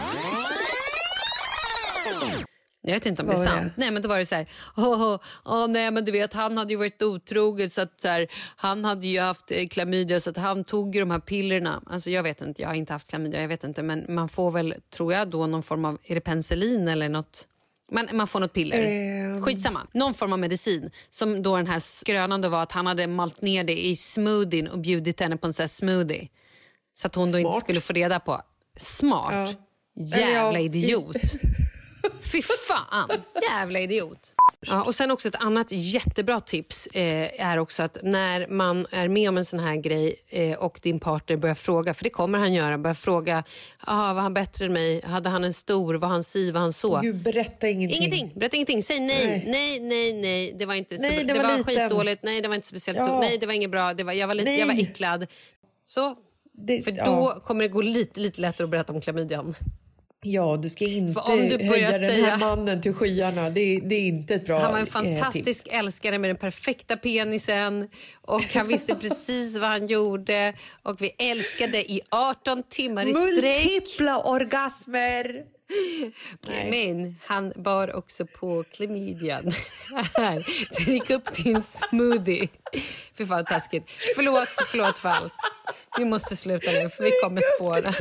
[SPEAKER 7] Jag vet inte om det är sant. Nej, men då var det så här, åh, åh, åh, nej, men du vet, han hade ju varit otrogen så att så här, han hade ju haft eh, klamydia så att han tog ju de här pillerna. Alltså jag vet inte, jag har inte haft klamydia, jag vet inte, men man får väl, tror jag då, någon form av, är det penicillin eller något? Man, man får något piller. Um... Skitsamma. Någon form av medicin. Som då den här skrönande var att han hade malt ner det i smoothien och bjudit henne på en sån här smoothie. Så att hon Smart. då inte skulle få reda på. Smart. Ja. Jävla jag... idiot. Fy fan, jävla idiot. Ja, och sen också ett annat jättebra tips eh, är också att när man är med om en sån här grej eh, och din partner börjar fråga, för det kommer han göra, börjar fråga, ah, var han bättre än mig? Hade han en stor? Var han si? Var han så?
[SPEAKER 8] Gud, berätta ingenting.
[SPEAKER 7] Ingenting, berätta ingenting. Säg nej, nej, nej, nej, nej. Det var inte
[SPEAKER 8] nej,
[SPEAKER 7] så,
[SPEAKER 8] det,
[SPEAKER 7] det
[SPEAKER 8] var,
[SPEAKER 7] var skitdåligt. Nej, det var inte speciellt ja. så. Nej, det var inget bra. Det var, jag var lite, jag var äcklad. Så, det, för då ja. kommer det gå lite, lite lättare att berätta om klamydian.
[SPEAKER 8] Ja, du ska inte
[SPEAKER 7] om du
[SPEAKER 8] höja
[SPEAKER 7] säga,
[SPEAKER 8] den här mannen till skyarna. Det, det är inte ett bra
[SPEAKER 7] Han var en fantastisk
[SPEAKER 8] eh,
[SPEAKER 7] älskare med den perfekta penisen. Och han visste precis vad han gjorde. Och vi älskade i arton timmar i sträck.
[SPEAKER 8] Multipla orgasmer.
[SPEAKER 7] Men han bar också på klamydian. Här, drick upp din smoothie. Fy fan taskigt. Förlåt, förlåt för allt. Vi måste sluta nu för vi kommer spåra.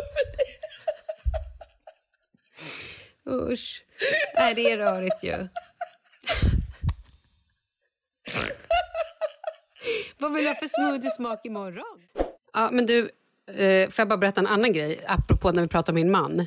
[SPEAKER 7] Usch. Nej, det är rörigt ju. Vad vill jag för smoothie-smak imorgon? Ja, men du, eh, får jag bara berätta en annan grej apropå när vi pratar om min man.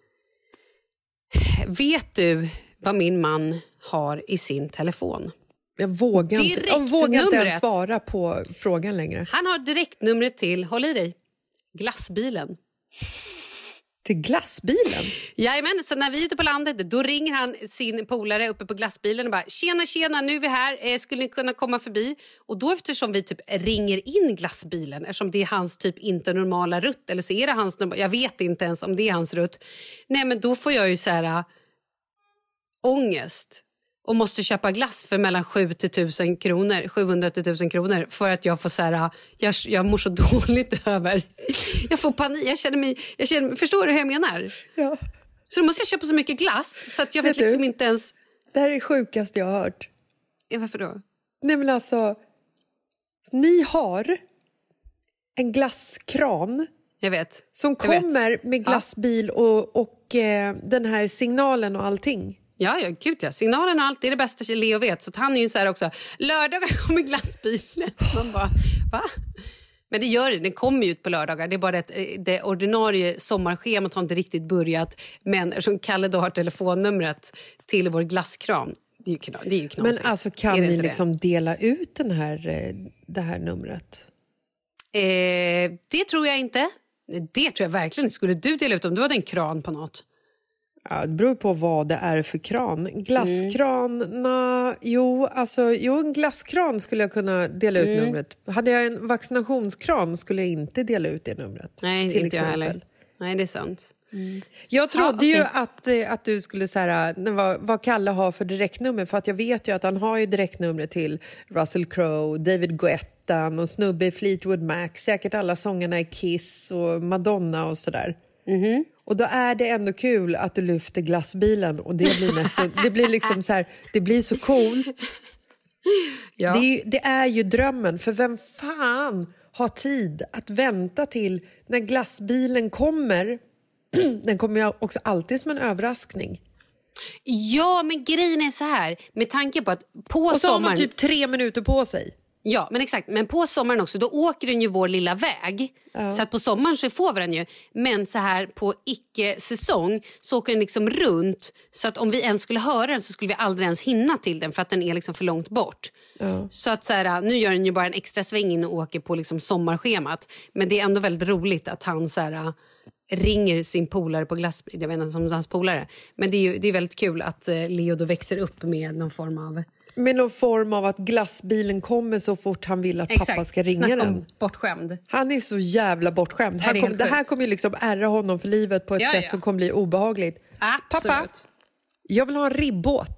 [SPEAKER 7] Vet du vad min man har i sin telefon?
[SPEAKER 8] Jag vågar inte, jag vågar inte ens svara på frågan längre.
[SPEAKER 7] Han har direktnumret till, håll i dig, glassbilen.
[SPEAKER 8] Till glassbilen?
[SPEAKER 7] Jajamän, så när vi är ute på landet då ringer han sin polare uppe på glassbilen och bara tjena, tjena, nu är vi här, eh, skulle ni kunna komma förbi? Och då eftersom vi typ ringer in glassbilen, eftersom det är hans typ inte normala rutt, eller så är det hans, jag vet inte ens om det är hans rutt. Nej, men då får jag ju så här äh, ångest och måste köpa glass för mellan sju till tusen kronor, sjuhundra till tusen kronor för att jag får så här, jag, jag mår så dåligt över. Jag får panik, jag känner mig, jag känner, förstår du hur jag menar?
[SPEAKER 8] Ja.
[SPEAKER 7] Så då måste jag köpa så mycket glass så att jag vet, vet liksom du, inte ens.
[SPEAKER 8] Det här är det sjukaste jag har hört.
[SPEAKER 7] Ja, varför då?
[SPEAKER 8] Nej, men alltså, ni har en glasskran.
[SPEAKER 7] Jag vet.
[SPEAKER 8] Som
[SPEAKER 7] jag
[SPEAKER 8] kommer
[SPEAKER 7] vet.
[SPEAKER 8] med glassbil och, och eh, den här signalen och allting.
[SPEAKER 7] Ja, ja, gud ja. Signalen och allt är det bästa Leo vet. Så han är ju så här också, lördagar kommer glassbilen. Man bara, va? Men det gör det, den kommer ju ut på lördagar. Det är bara att det ordinarie sommarschemat har inte riktigt börjat. Men eftersom Kalle då har telefonnumret till vår glasskran. Det är ju, knas, det är ju knasigt.
[SPEAKER 8] Men alltså kan ni liksom det? dela ut den här, det här numret?
[SPEAKER 7] Eh, det tror jag inte. Det tror jag verkligen. Skulle du dela ut om du hade en kran på något?
[SPEAKER 8] Ja, det beror på vad det är för kran. Glasskran, mm. na, jo, alltså, jo, en glasskran skulle jag kunna dela ut mm. numret. Hade jag en vaccinationskran skulle jag inte dela ut det numret.
[SPEAKER 7] Nej,
[SPEAKER 8] till
[SPEAKER 7] inte
[SPEAKER 8] exempel.
[SPEAKER 7] jag heller. Nej, det är sant.
[SPEAKER 8] Mm. Jag trodde ha, okay. ju att, att du skulle säga vad, vad Kalle har för direktnummer. För att jag vet ju att han har ju direktnummer till Russell Crowe, David Guetta och snubbe i Fleetwood Mac. Säkert alla sångerna i Kiss och Madonna och sådär. Mm-hmm. Och då är det ändå kul att du lyfter glassbilen. Och det blir, nästan, det blir liksom så här, det blir så coolt. Ja. Det, det är ju drömmen. För vem fan har tid att vänta till när glassbilen kommer? Den kommer ju också alltid som en överraskning.
[SPEAKER 7] Ja, men grejen är så här. Med tanke på att på
[SPEAKER 8] och så
[SPEAKER 7] sommaren...
[SPEAKER 8] har man typ tre minuter på sig.
[SPEAKER 7] Ja, men exakt. Men på sommaren också, då åker den ju vår lilla väg. Ja. Så att på sommaren så får vi den ju. Men så här på icke-säsong så åker den liksom runt. Så att om vi ens skulle höra den så skulle vi aldrig ens hinna till den. För att den är liksom för långt bort. Ja. Så att så här, nu gör den ju bara en extra sväng in och åker på liksom sommarschemat. Men det är ändå väldigt roligt att han så här... ringer sin polare på glassbil. Jag vet inte som hans polare. Men det är ju det är väldigt kul att Leo då växer upp med någon form av...
[SPEAKER 8] Med någon form av att glassbilen kommer så fort han vill att
[SPEAKER 7] Exakt.
[SPEAKER 8] pappa ska ringa
[SPEAKER 7] Snacka
[SPEAKER 8] den.
[SPEAKER 7] Om bortskämd.
[SPEAKER 8] Han är så jävla bortskämd. Det, kom, det här kommer ju liksom ärra honom för livet på ett ja, sätt ja. som kommer bli obehagligt.
[SPEAKER 7] Absolut.
[SPEAKER 8] Pappa, jag vill ha en ribbåt.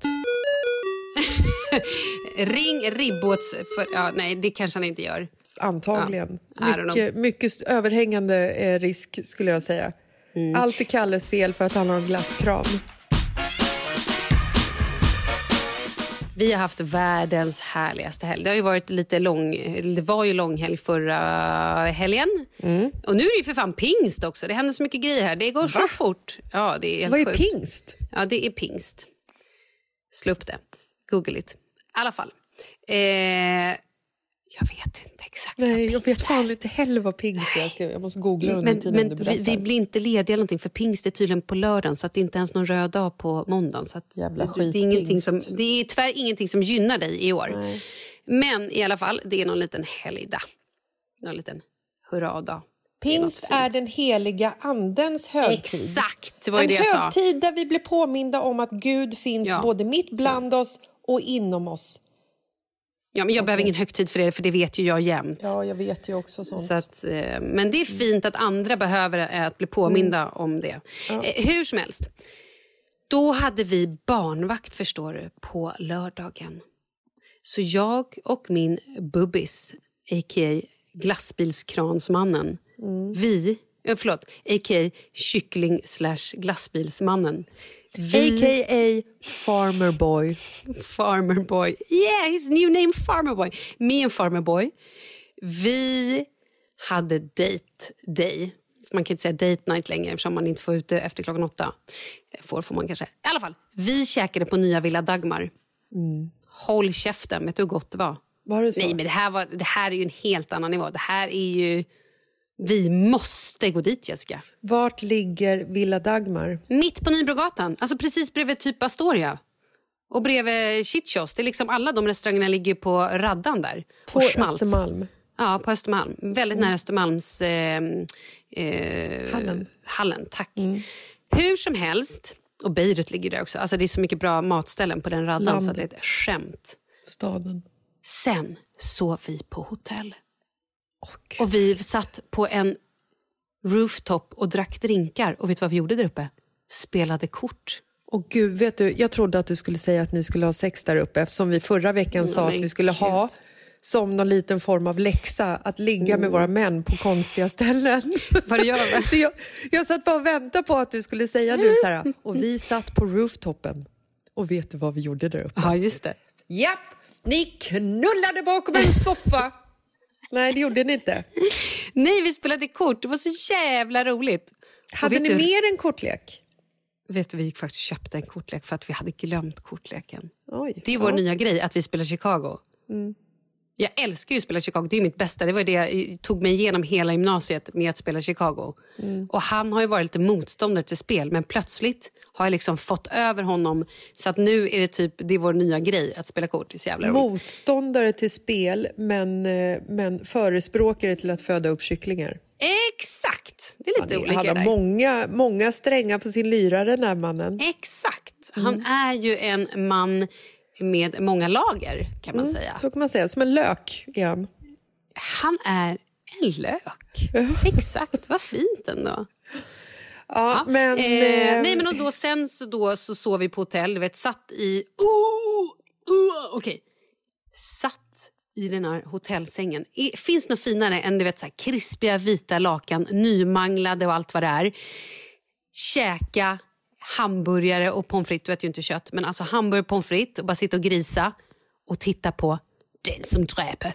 [SPEAKER 7] Ring ribbåts... För, ja, nej, det kanske han inte gör.
[SPEAKER 8] Antagligen. Ja, mycket, mycket överhängande eh, risk skulle jag säga. Mm. Allt är Kalles fel för att han har en glasskram.
[SPEAKER 7] Vi har haft världens härligaste helg. Det har ju varit lite lång... Det var ju långhelg förra helgen. Mm. Och nu är det ju för fan pingst också. Det händer så mycket grejer här. Det går Va? så fort. Ja, det är helt
[SPEAKER 8] Vad är
[SPEAKER 7] sjukt.
[SPEAKER 8] pingst?
[SPEAKER 7] Ja, det är pingst. Slå upp det. Google it. I alla fall. Eh... Jag vet inte exakt.
[SPEAKER 8] Nej, jag vet fan inte heller vad pingst är. Jag, ska, jag måste googla under
[SPEAKER 7] men,
[SPEAKER 8] tiden
[SPEAKER 7] men vi, vi blir inte lediga eller någonting för pingst är tydligen på lördagen så att det inte ens någon röd dag på måndagen. Så att
[SPEAKER 8] Jävla
[SPEAKER 7] det,
[SPEAKER 8] skit
[SPEAKER 7] det, är ingenting som, det är tyvärr ingenting som gynnar dig i år. Nej. Men i alla fall, det är någon liten helgdag. Någon liten hurradag.
[SPEAKER 8] Pingst är, är den heliga andens högtid.
[SPEAKER 7] Exakt, det var ju
[SPEAKER 8] en
[SPEAKER 7] det jag sa.
[SPEAKER 8] En högtid där vi blir påminda om att Gud finns ja. både mitt bland ja. oss och inom oss.
[SPEAKER 7] Ja, men jag
[SPEAKER 8] okay. behöver
[SPEAKER 7] ingen högtid för det, för det vet ju jag jämt.
[SPEAKER 8] Ja, jag vet ju också sånt.
[SPEAKER 7] Så att, eh, men det är fint att andra behöver att bli påminda mm. om det. Ja. Eh, hur som helst. Då hade vi barnvakt, förstår du, på lördagen. Så jag och min bubbis, a k a glassbilskransmannen, mm. vi, eh, förlåt, a k a kyckling slash glassbilsmannen. Vi...
[SPEAKER 8] A K A Farmer Boy.
[SPEAKER 7] Farmer Boy. Yeah, his new name Farmer Boy. Me and Farmer Boy. Vi hade date day. Man kan inte säga date night längre eftersom man inte får ut efter klockan åtta. Får får man kanske. I alla fall, vi käkade på nya Villa Dagmar. Mm. Håll käften, vet du hur gott det var?
[SPEAKER 8] Var det så?
[SPEAKER 7] Nej, men det här, var, det här är ju en helt annan nivå. Det här är ju... Vi måste gå dit, Jessica.
[SPEAKER 8] Vart ligger Villa Dagmar?
[SPEAKER 7] Mitt på Nybrogatan. Alltså precis bredvid typ Astoria. Och bredvid Chichos. Det är liksom alla de restaurangerna ligger på raddan där.
[SPEAKER 8] På Östermalm?
[SPEAKER 7] Ja, på Östermalm. Väldigt mm. nära Östermalms... Eh, eh,
[SPEAKER 8] hallen.
[SPEAKER 7] Hallen, tack. Mm. Hur som helst. Och Beirut ligger där också. Alltså det är så mycket bra matställen på den raddan. Landet. Så att det är ett skämt.
[SPEAKER 8] Staden.
[SPEAKER 7] Sen sov vi på hotell.
[SPEAKER 8] Oh,
[SPEAKER 7] och vi satt på en rooftop och drack drinkar. Och vet du vad vi gjorde där uppe? Spelade kort.
[SPEAKER 8] Och gud, vet du, jag trodde att du skulle säga att ni skulle ha sex där uppe. Eftersom vi förra veckan
[SPEAKER 7] mm,
[SPEAKER 8] sa att vi skulle
[SPEAKER 7] Gud.
[SPEAKER 8] ha som någon liten form av läxa att ligga mm. med våra män på konstiga ställen.
[SPEAKER 7] Vad gör
[SPEAKER 8] Så jag, jag satt bara och väntade på att du skulle säga nu så här. Och vi satt på rooftopen. Och vet du vad vi gjorde där uppe?
[SPEAKER 7] Ja, just det.
[SPEAKER 8] Japp, ni knullade bakom en soffa. Nej, det gjorde ni inte.
[SPEAKER 7] Nej, vi spelade kort. Det var så jävla roligt.
[SPEAKER 8] Hade ni
[SPEAKER 7] du...
[SPEAKER 8] mer än kortlek?
[SPEAKER 7] Vet du, vi gick faktiskt och köpte en kortlek för att vi hade glömt kortleken.
[SPEAKER 8] Oj,
[SPEAKER 7] det är vår
[SPEAKER 8] ja.
[SPEAKER 7] nya grej, att vi spelar Chicago.
[SPEAKER 8] Mm.
[SPEAKER 7] Jag älskar ju att spela Chicago, det är mitt bästa. Det var det jag tog mig igenom hela gymnasiet med att spela Chicago. Mm. Och han har ju varit lite motståndare till spel, men plötsligt har jag liksom fått över honom. Så att nu är det typ, det är vår nya grej att spela kort. Det är så jävla roligt.
[SPEAKER 8] Motståndare till spel, men, men förespråkare till att föda upp kycklingar.
[SPEAKER 7] Exakt! Det är lite
[SPEAKER 8] ja,
[SPEAKER 7] olika
[SPEAKER 8] där. Han har många, många strängar på sin lyra, den här mannen.
[SPEAKER 7] Exakt. Han mm. är ju en man med många lager, kan man
[SPEAKER 8] mm,
[SPEAKER 7] säga.
[SPEAKER 8] Så kan man säga, som en lök igen.
[SPEAKER 7] Han är en lök. Exakt, vad fint ändå.
[SPEAKER 8] Ja,
[SPEAKER 7] ja.
[SPEAKER 8] men...
[SPEAKER 7] Eh, nej, men och då, sen så, då, så sov vi på hotell, du vet, satt i... Uh, uh, Okej. Okay. Satt i den här hotellsängen. I, finns något finare än, du vet, så här, krispiga vita lakan, nymanglade och allt vad det är. Käka hamburgare och pommes frites, du vet ju inte kött, men alltså hamburgare, pommes frites och bara sitta och grisa och titta på Den som dräper.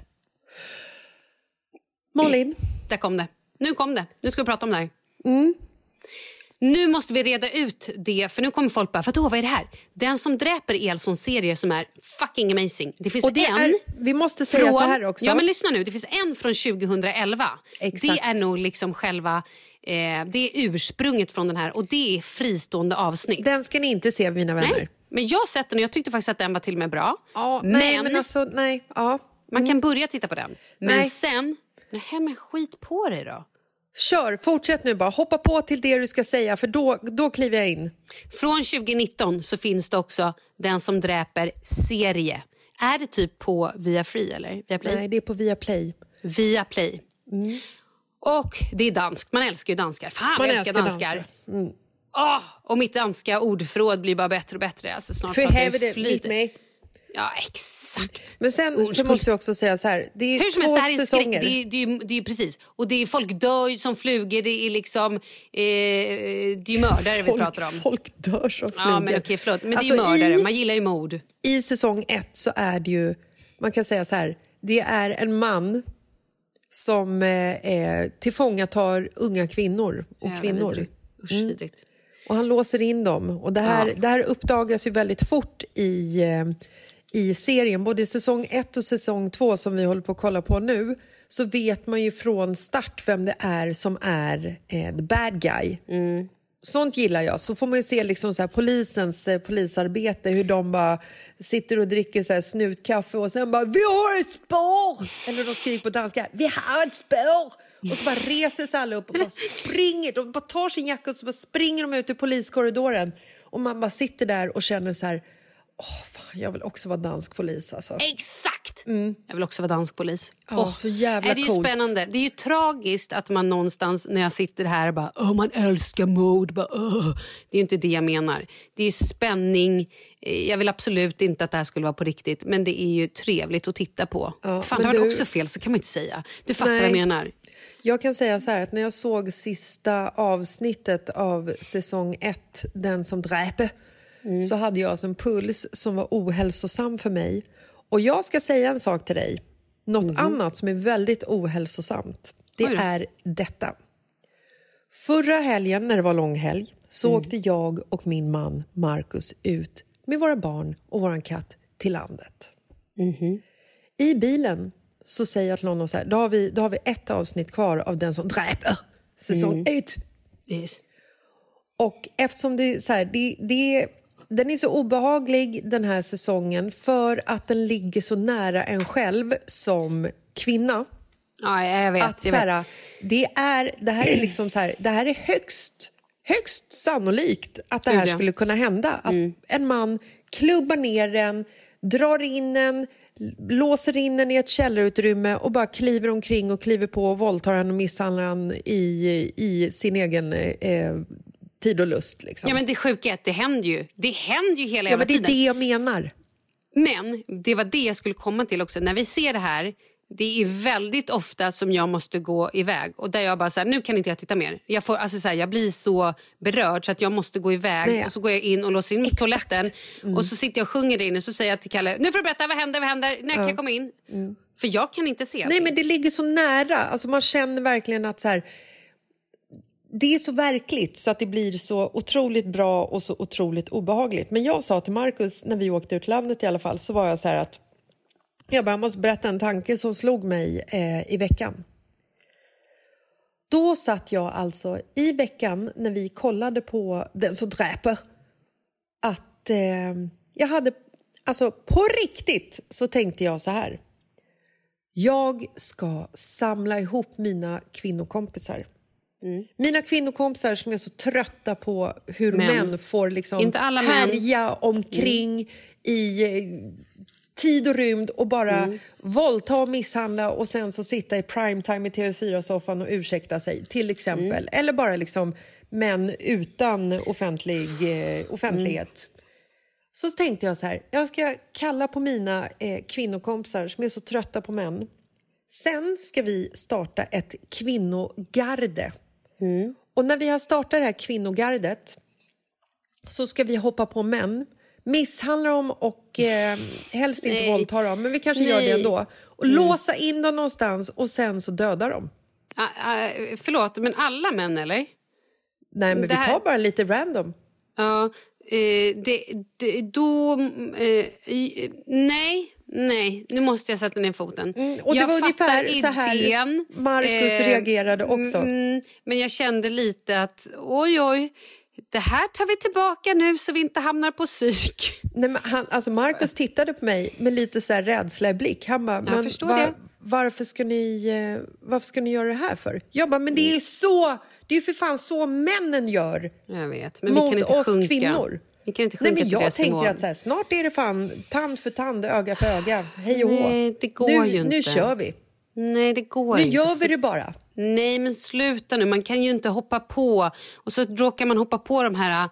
[SPEAKER 8] Malin.
[SPEAKER 7] Mm. Där kom det. Nu kom det. Nu ska vi prata om det här.
[SPEAKER 8] Mm.
[SPEAKER 7] Nu måste vi reda ut det, för nu kommer folk bara, vadå, vad är det här? Den som dräper är alltså en serie som är fucking amazing. Det finns
[SPEAKER 8] och det
[SPEAKER 7] en...
[SPEAKER 8] Är, vi måste säga
[SPEAKER 7] från,
[SPEAKER 8] så här också.
[SPEAKER 7] Ja, men lyssna nu. Det finns en från tjugohundraelva.
[SPEAKER 8] Exakt.
[SPEAKER 7] Det är nog liksom själva... Eh, det är ursprunget från den här, och det är fristående avsnitt.
[SPEAKER 8] Den ska ni inte se, mina vänner.
[SPEAKER 7] Nej, men jag har sett den och jag tyckte faktiskt att den var till och med bra.
[SPEAKER 8] Ja,
[SPEAKER 7] men
[SPEAKER 8] nej, men alltså, nej. Ja. Mm.
[SPEAKER 7] Man kan börja titta på den. Men
[SPEAKER 8] nej.
[SPEAKER 7] sen... Nej, men skit på dig då.
[SPEAKER 8] Kör, fortsätt nu bara. Hoppa på till det du ska säga, för då, då kliver jag in.
[SPEAKER 7] Från tjugonitton så finns det också Den som dräper serie. Är det typ på Viafree eller Viaplay?
[SPEAKER 8] Nej, det är på Viaplay.
[SPEAKER 7] Viaplay.
[SPEAKER 8] Mm.
[SPEAKER 7] Och det är danskt. Man älskar ju danskar. Fan,
[SPEAKER 8] Man
[SPEAKER 7] jag älskar,
[SPEAKER 8] älskar
[SPEAKER 7] danskar.
[SPEAKER 8] danskar. Mm.
[SPEAKER 7] Oh, och mitt danska ordförråd blir bara bättre och bättre. Alltså, snart
[SPEAKER 8] för helvete, meet me.
[SPEAKER 7] Ja, exakt.
[SPEAKER 8] Men sen så måste jag också säga så här. Det är
[SPEAKER 7] hur som
[SPEAKER 8] två
[SPEAKER 7] helst, det här är en
[SPEAKER 8] säsonger.
[SPEAKER 7] skräck. Det är, det, är, det är precis. Och det är, folk dör ju som flugor. Det är liksom... Eh, det är ju mördare
[SPEAKER 8] folk,
[SPEAKER 7] vi pratar om.
[SPEAKER 8] Folk dör som flugor.
[SPEAKER 7] Ja, men okej, förlåt. Men
[SPEAKER 8] alltså,
[SPEAKER 7] det är ju mördare.
[SPEAKER 8] I,
[SPEAKER 7] Man gillar ju mord.
[SPEAKER 8] I säsong ett så är det ju... Man kan säga så här. Det är en man som eh, tillfångatar unga kvinnor och ja, kvinnor.
[SPEAKER 7] Usch, mm.
[SPEAKER 8] Och han låser in dem. Och det här, ja. det här uppdagas ju väldigt fort i... Eh, i serien, både i säsong ett och säsong två som vi håller på att kolla på nu, så vet man ju från start vem det är som är eh, the bad guy.
[SPEAKER 7] Mm.
[SPEAKER 8] Sånt gillar jag. Så får man ju se liksom så här, polisens eh, polisarbete, hur de bara sitter och dricker så här snutkaffe och sen bara, vi har ett spår! Eller de skriker på danska, vi har ett spår! Och så bara reser sig alla upp och bara springer. De bara tar sin jacka och så bara springer de ut i poliskorridoren. Och man bara sitter där och känner så här, åh, fan, jag vill också vara dansk polis alltså.
[SPEAKER 7] Exakt!
[SPEAKER 8] Mm.
[SPEAKER 7] Jag vill också vara dansk polis.
[SPEAKER 8] Ja,
[SPEAKER 7] oh,
[SPEAKER 8] så jävla
[SPEAKER 7] är det är ju
[SPEAKER 8] coolt.
[SPEAKER 7] Spännande. Det är ju tragiskt att man någonstans när jag sitter här och bara, åh, man älskar mord. Bara, åh. Det är ju inte det jag menar. Det är ju spänning. Jag vill absolut inte att det här skulle vara på riktigt. Men det är ju trevligt att titta på. Ja, fan, har du också fel så kan man inte säga. Du fattar Nej. vad jag menar.
[SPEAKER 8] Jag kan säga så här att när jag såg sista avsnittet av säsong ett, Den som dräper, mm. så hade jag alltså en puls som var ohälsosam för mig. Och jag ska säga en sak till dig. Något mm. annat som är väldigt ohälsosamt. Det är detta. Förra helgen när det var långhelg så mm. åkte jag och min man Marcus ut med våra barn och våran katt till landet.
[SPEAKER 7] Mm.
[SPEAKER 8] I bilen så säger jag till honom så här, då har vi, då har vi ett avsnitt kvar av Den som dräper, säsong
[SPEAKER 7] mm.
[SPEAKER 8] ett.
[SPEAKER 7] Yes.
[SPEAKER 8] Och eftersom det är så här, det, det, den är så obehaglig den här säsongen för att den ligger så nära en själv som kvinna.
[SPEAKER 7] Ja, jag vet.
[SPEAKER 8] Att
[SPEAKER 7] jag
[SPEAKER 8] så här, det, är, det här är liksom så här, det här är högst, högst sannolikt att det här
[SPEAKER 7] ja.
[SPEAKER 8] skulle kunna hända. Att
[SPEAKER 7] mm.
[SPEAKER 8] en man klubbar ner en, drar in en, låser in den i ett källarutrymme och bara kliver omkring och kliver på och våldtar han och misshandlar han i, i sin egen eh, tid och lust. Liksom.
[SPEAKER 7] Ja, men det sjuka är att det händer ju. Det händer ju hela
[SPEAKER 8] ja, men det är
[SPEAKER 7] tiden.
[SPEAKER 8] det jag menar.
[SPEAKER 7] Men det var det jag skulle komma till också. När vi ser det här, det är väldigt ofta som jag måste gå iväg. Och där jag bara så här, nu kan inte jag titta mer. Jag, får, alltså så här, jag blir så berörd så att jag måste gå iväg. Nej. Och så går jag in och låser in Exakt. toaletten. Mm. Och så sitter jag och sjunger där inne. Så säger jag till Kalle, nu får du berätta, vad händer, vad händer? När kan ja. jag komma in? Mm. För jag kan inte se
[SPEAKER 8] Nej, det. Men det ligger så nära. Alltså man känner verkligen att så här, det är så verkligt så att det blir så otroligt bra och så otroligt obehagligt. Men jag sa till Marcus när vi åkte ut landet i alla fall, så var jag så här att jag bara måste berätta en tanke som slog mig eh, i veckan. Då satt jag alltså i veckan när vi kollade på Den som dräper att eh, jag hade, alltså på riktigt så tänkte jag så här. Jag ska samla ihop mina kvinnokompisar. Mm. Mina kvinnokompisar som är så trötta på hur män, män får liksom
[SPEAKER 7] Inte alla
[SPEAKER 8] härja
[SPEAKER 7] män.
[SPEAKER 8] omkring mm. i tid och rymd och bara mm. våldta och misshandla och sen så sitta i primetime i T V fyra-soffan och ursäkta sig till exempel. Mm. Eller bara liksom män utan offentlig, eh, offentlighet. Mm. Så tänkte jag så här, jag ska kalla på mina eh, kvinnokompisar som är så trötta på män. Sen ska vi starta ett kvinnogarde. Mm. Och när vi har startat det här kvinnogardet så ska vi hoppa på män, misshandla dem och eh, helst inte våldta dem, men vi kanske Nej. gör det ändå. Och mm. låsa in dem någonstans och sen så döda dem.
[SPEAKER 7] Uh, uh, förlåt, men alla män eller?
[SPEAKER 8] Nej, men det vi
[SPEAKER 7] här...
[SPEAKER 8] tar bara lite random.
[SPEAKER 7] Ja, uh, det, det, då... Uh, nej, nej, nu måste jag sätta ner foten. Mm,
[SPEAKER 8] och det
[SPEAKER 7] jag
[SPEAKER 8] var ungefär
[SPEAKER 7] idén,
[SPEAKER 8] så här Marcus uh, reagerade också.
[SPEAKER 7] Mm, men jag kände lite att, oj oj, det här tar vi tillbaka nu så vi inte hamnar på psyk.
[SPEAKER 8] Nej, men han, alltså Marcus tittade på mig med lite så här rädsla i blick. Han bara, men
[SPEAKER 7] var, det.
[SPEAKER 8] varför ska ni varför ska ni göra det här för? Jag bara, men det är ju så, det är ju för fan så männen gör.
[SPEAKER 7] Jag vet, men
[SPEAKER 8] mot
[SPEAKER 7] vi kan inte
[SPEAKER 8] oss
[SPEAKER 7] sjunka.
[SPEAKER 8] kvinnor.
[SPEAKER 7] Vi kan inte sjunka.
[SPEAKER 8] Nej, men jag tänker
[SPEAKER 7] mål.
[SPEAKER 8] att så här, snart är det fan tand för tand, öga för öga, hej och hå.
[SPEAKER 7] Nej, det går
[SPEAKER 8] nu,
[SPEAKER 7] ju inte.
[SPEAKER 8] Nu kör vi.
[SPEAKER 7] Nej, det går
[SPEAKER 8] nu
[SPEAKER 7] inte.
[SPEAKER 8] Nu gör vi det bara.
[SPEAKER 7] Nej, men sluta nu. Man kan ju inte hoppa på. Och så råkar man hoppa på de här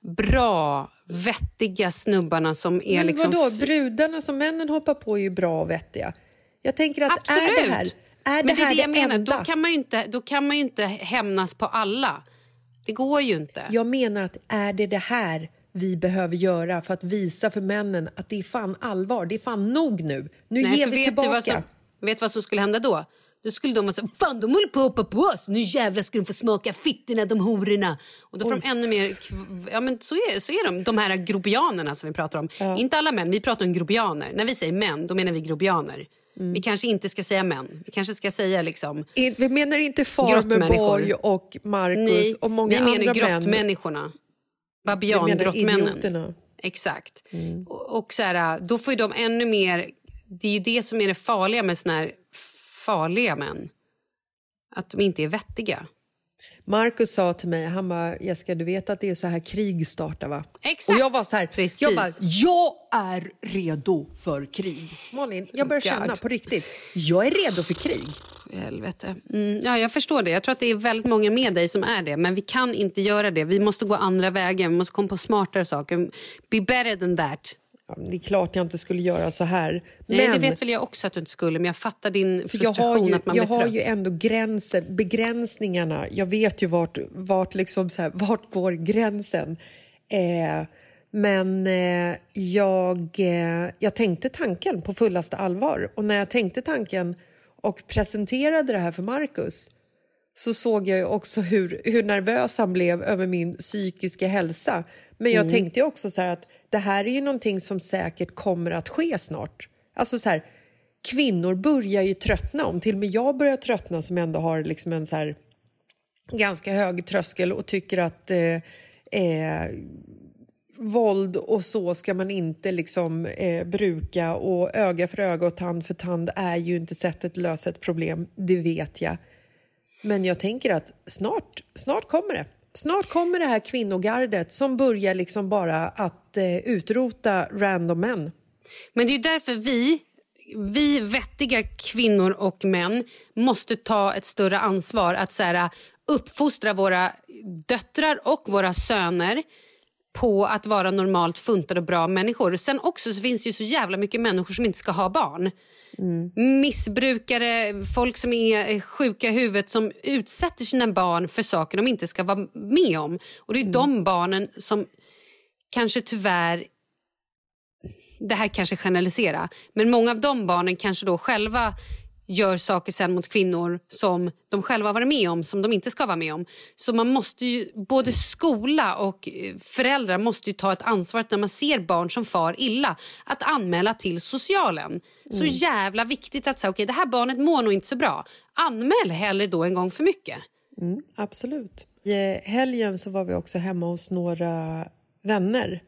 [SPEAKER 7] bra, vettiga snubbarna som är
[SPEAKER 8] men
[SPEAKER 7] liksom...
[SPEAKER 8] vadå? Brudarna som männen hoppar på är ju bra och vettiga. Jag tänker att
[SPEAKER 7] Absolut.
[SPEAKER 8] är det här... Är
[SPEAKER 7] men
[SPEAKER 8] det,
[SPEAKER 7] det är
[SPEAKER 8] här
[SPEAKER 7] det jag
[SPEAKER 8] det
[SPEAKER 7] menar.
[SPEAKER 8] enda?
[SPEAKER 7] Då kan, man ju inte, då kan man ju inte hämnas på alla. Det går ju inte.
[SPEAKER 8] Jag menar att är det det här vi behöver göra för att visa för männen att det är fan allvar. Det är fan nog nu. Nu
[SPEAKER 7] Nej,
[SPEAKER 8] ger vi
[SPEAKER 7] vet
[SPEAKER 8] tillbaka.
[SPEAKER 7] Du vad som, vet vad som skulle hända då? Då skulle de vara så, fan de håller på att hoppa på oss. Nu jävlar ska de få smaka fittorna, de hororna. Och då får Oj. de ännu mer, ja men så är, så är de, de här grobianerna som vi pratar om. Ja. Inte alla män, vi pratar om grobianer. När vi säger män, då menar vi grobianer. Mm. Vi kanske inte ska säga män. Vi kanske ska säga liksom...
[SPEAKER 8] Vi menar inte Farmerboy och Marcus Nej, och många andra män.
[SPEAKER 7] Vi menar grottmänniskorna. Babian-grottmännen. Exakt. Mm. Och, och så här, då får ju de ännu mer... Det är ju det som är det farliga med såna här farliga män. Att de inte är vettiga.
[SPEAKER 8] Marcus sa till mig, han bara, Jessica, du vet att det är så här krig startar, va?
[SPEAKER 7] Exakt.
[SPEAKER 8] Och jag var så här,
[SPEAKER 7] Precis.
[SPEAKER 8] jag bara, jag är redo för krig. Malin, jag börjar känna God. på riktigt, jag är redo för krig.
[SPEAKER 7] Helvete. Mm, ja, jag förstår det. Jag tror att det är väldigt många med dig som är det. Men vi kan inte göra det. Vi måste gå andra vägen. Vi måste komma på smartare saker. Be better than that.
[SPEAKER 8] Ja, det är klart jag inte skulle göra så här. Men,
[SPEAKER 7] Nej, det vet väl jag också att du inte skulle. Men jag fattar din frustration
[SPEAKER 8] ju,
[SPEAKER 7] att man
[SPEAKER 8] jag
[SPEAKER 7] blir
[SPEAKER 8] har
[SPEAKER 7] trött.
[SPEAKER 8] ju ändå gränser, begränsningarna. Jag vet ju vart, vart, liksom så här, vart går gränsen. Eh, men eh, jag, eh, jag tänkte tanken på fullaste allvar. Och när jag tänkte tanken och presenterade det här för Marcus, så såg jag ju också hur, hur nervös han blev över min psykiska hälsa. Men jag mm. tänkte ju också så här att det här är ju någonting som säkert kommer att ske snart. Alltså så här, kvinnor börjar ju tröttna. Om till och med jag börjar tröttna som ändå har liksom en så här ganska hög tröskel och tycker att eh, eh, våld och så ska man inte liksom eh, bruka, och öga för öga och tand för tand är ju inte sättet att lösa ett problem, det vet jag. Men jag tänker att snart, snart kommer det. Snart kommer det här kvinnogardet som börjar liksom bara att eh, utrota random män.
[SPEAKER 7] Men det är ju därför vi, vi vettiga kvinnor och män måste ta ett större ansvar att så här, uppfostra våra döttrar och våra söner på att vara normalt funtade och bra människor. Sen också så finns det ju så jävla mycket människor som inte ska ha barn. Mm. Missbrukare, folk som är sjuka i huvudet som utsätter sina barn för saker de inte ska vara med om. Och det är mm. de barnen som kanske tyvärr, det här kanske generalisera, men många av de barnen kanske då själva gör saker sen mot kvinnor som de själva har varit med om, som de inte ska vara med om. Så man måste ju, både skola och föräldrar måste ju ta ett ansvar när man ser barn som far illa, att anmäla till socialen. Mm. Så jävla viktigt att säga, okej, det här barnet mår nog inte så bra. Anmäl hellre då en gång för mycket.
[SPEAKER 8] Mm, absolut. I helgen så var vi också hemma hos några vänner.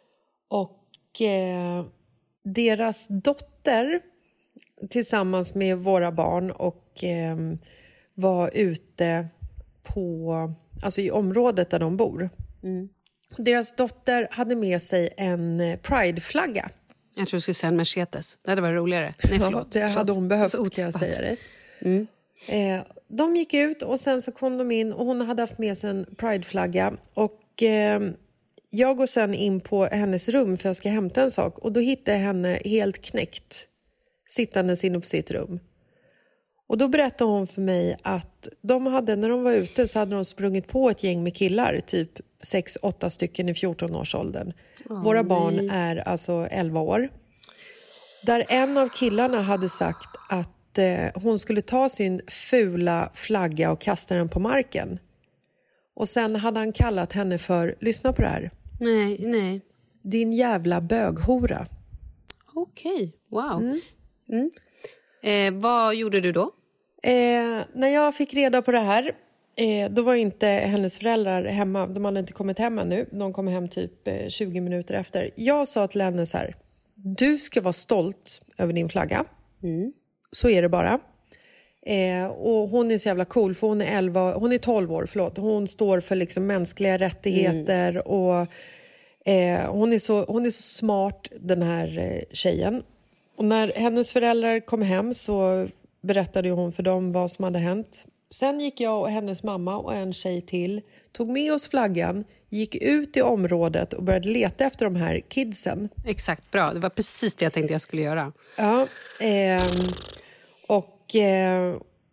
[SPEAKER 8] Och eh, deras dotter tillsammans med våra barn och eh, var ute på, alltså i området där de bor. Mm. Deras dotter hade med sig en Pride-flagga.
[SPEAKER 7] Jag tror du skulle säga en Mercedes. Det hade varit roligare. Nej, förlåt.
[SPEAKER 8] Ja, det hade hon behövt, kan jag säga det. Mm. Eh, de gick ut och sen så kom de in och hon hade haft med sig en Pride-flagga. Och eh, jag går sen in på hennes rum för jag ska hämta en sak. Och då hittar jag henne helt knäckt, sittandes inne på sitt rum. Och då berättade hon för mig att de hade, när de var ute så hade de sprungit på ett gäng med killar, typ sex åtta stycken i fjorton-årsåldern. Oh, Våra nej. barn är alltså elva år. Där en av killarna hade sagt att eh, hon skulle ta sin fula flagga och kasta den på marken. Och sen hade han kallat henne för, lyssna på det här.
[SPEAKER 7] Nej, nej.
[SPEAKER 8] Din jävla böghora.
[SPEAKER 7] Okej, okay. Wow. Mm. Mm. Eh, vad gjorde du då?
[SPEAKER 8] Eh, när jag fick reda på det här, eh, då var inte hennes föräldrar hemma. De hade inte kommit hem ännu. De kom hem typ eh, tjugo minuter efter. Jag sa till henne så här: du ska vara stolt över din flagga. Mm. Så är det bara. Eh, och hon är så jävla cool, för hon är elva, hon är tolv år, förlåt. Hon står för liksom mänskliga rättigheter. Mm. Och eh, hon, är så, hon är så smart, den här eh, tjejen. Och när hennes föräldrar kom hem så berättade hon för dem vad som hade hänt. Sen gick jag och hennes mamma och en tjej till, tog med oss flaggan, gick ut i området och började leta efter de här kidsen.
[SPEAKER 7] Exakt, bra. Det var precis det jag tänkte jag skulle göra.
[SPEAKER 8] Ja, eh, och eh,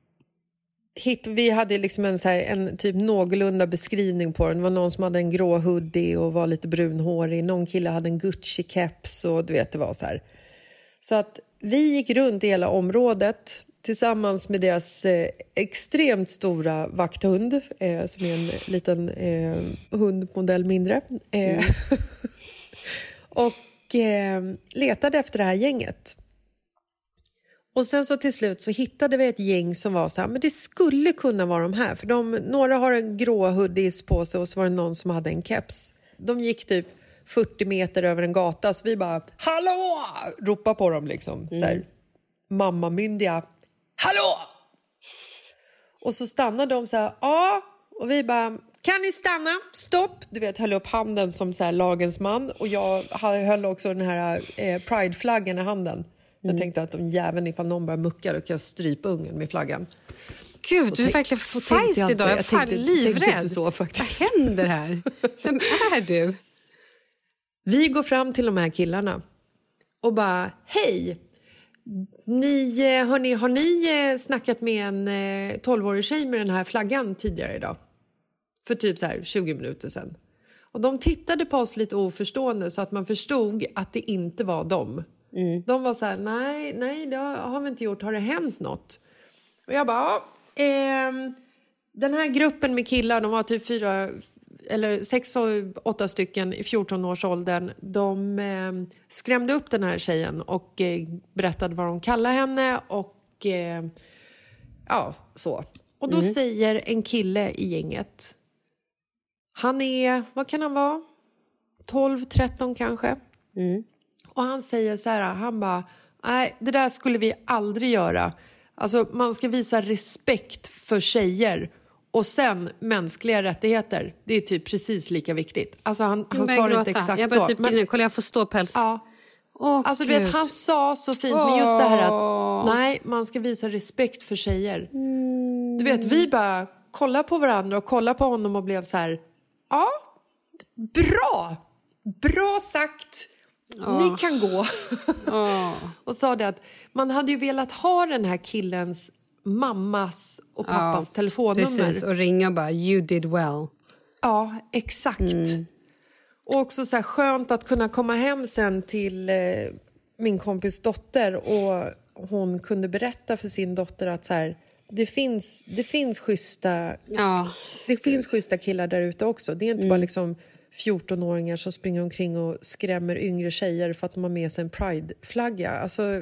[SPEAKER 8] hit, vi hade liksom en, så här, en typ någorlunda beskrivning på den. Det var någon som hade en grå hoodie och var lite brunhårig. Någon kille hade en Gucci-keps och du vet, det var så här. Så att vi gick runt i hela området tillsammans med deras eh, extremt stora vakthund, eh, som är en liten eh, hundmodell mindre. Eh, mm. och eh, letade efter det här gänget. Och sen så till slut så hittade vi ett gäng som var så här, men det skulle kunna vara de här. För de, några har en grå hoodies på sig och så var det någon som hade en keps. De gick typ fyrtio meter över en gata, så vi bara, hallå! Ropa på dem liksom, mm. så här, mammamyndiga, hallå! Och så stannade de så här, ja, och vi bara, kan ni stanna? Stopp! Du vet, höll upp handen som så här lagens man, och jag höll också den här eh, Pride-flaggan i handen. Jag mm. tänkte att de jäveln, ifall någon bara muckar, och kan jag strypa ungen med flaggan.
[SPEAKER 7] Gud, så du är verkligen feist idag. Jag är fan livrädd.
[SPEAKER 8] Tänkte inte så, faktiskt.
[SPEAKER 7] Vad händer här? Vem är du?
[SPEAKER 8] Vi går fram till de här killarna och bara, hej, ni, hörni, har ni snackat med en tolvårig tjej med den här flaggan tidigare idag? För typ så här tjugo minuter sedan. Och de tittade på oss lite oförstående, så att man förstod att det inte var dem. Mm. De var så här, nej, nej, det har vi inte gjort. Har det hänt något? Och jag bara, ja, eh, den här gruppen med killar, de var typ fyra eller sex och åtta stycken i fjorton-årsåldern. De eh, skrämde upp den här tjejen och eh, berättade vad de kallar henne och eh, ja, så. Och då mm. säger en kille i gänget, han är, vad kan han vara? tolv tretton kanske. Mm. Och han säger så här, han bara, nej, det där skulle vi aldrig göra. Alltså, man ska visa respekt för tjejer. Och sen mänskliga rättigheter, det är typ precis lika viktigt. Alltså han, han sa det inte exakt
[SPEAKER 7] jag
[SPEAKER 8] så.
[SPEAKER 7] Typ, men kolla, jag får stå päls.
[SPEAKER 8] Ja.
[SPEAKER 7] Oh,
[SPEAKER 8] alltså du vet, han sa så fint, oh. men just det här att nej, man ska visa respekt för tjejer. Mm. Du vet, vi bara kollar på varandra och kollar på honom och blev så här, ja, bra, bra sagt. Oh. Ni kan gå. Oh. Och sa det att man hade ju velat ha den här killens mammas och pappas ja, telefonnummer.
[SPEAKER 7] Precis, och ringa bara, you did well.
[SPEAKER 8] Ja, exakt. Mm. Och också så här skönt att kunna komma hem sen till eh, min kompis dotter och hon kunde berätta för sin dotter att så här, det finns, det finns schyssta,
[SPEAKER 7] ja.
[SPEAKER 8] det finns schyssta killar där ute också. Det är inte mm. bara liksom fjortonåringar som springer omkring och skrämmer yngre tjejer för att de har med sig en Pride-flagga. Alltså,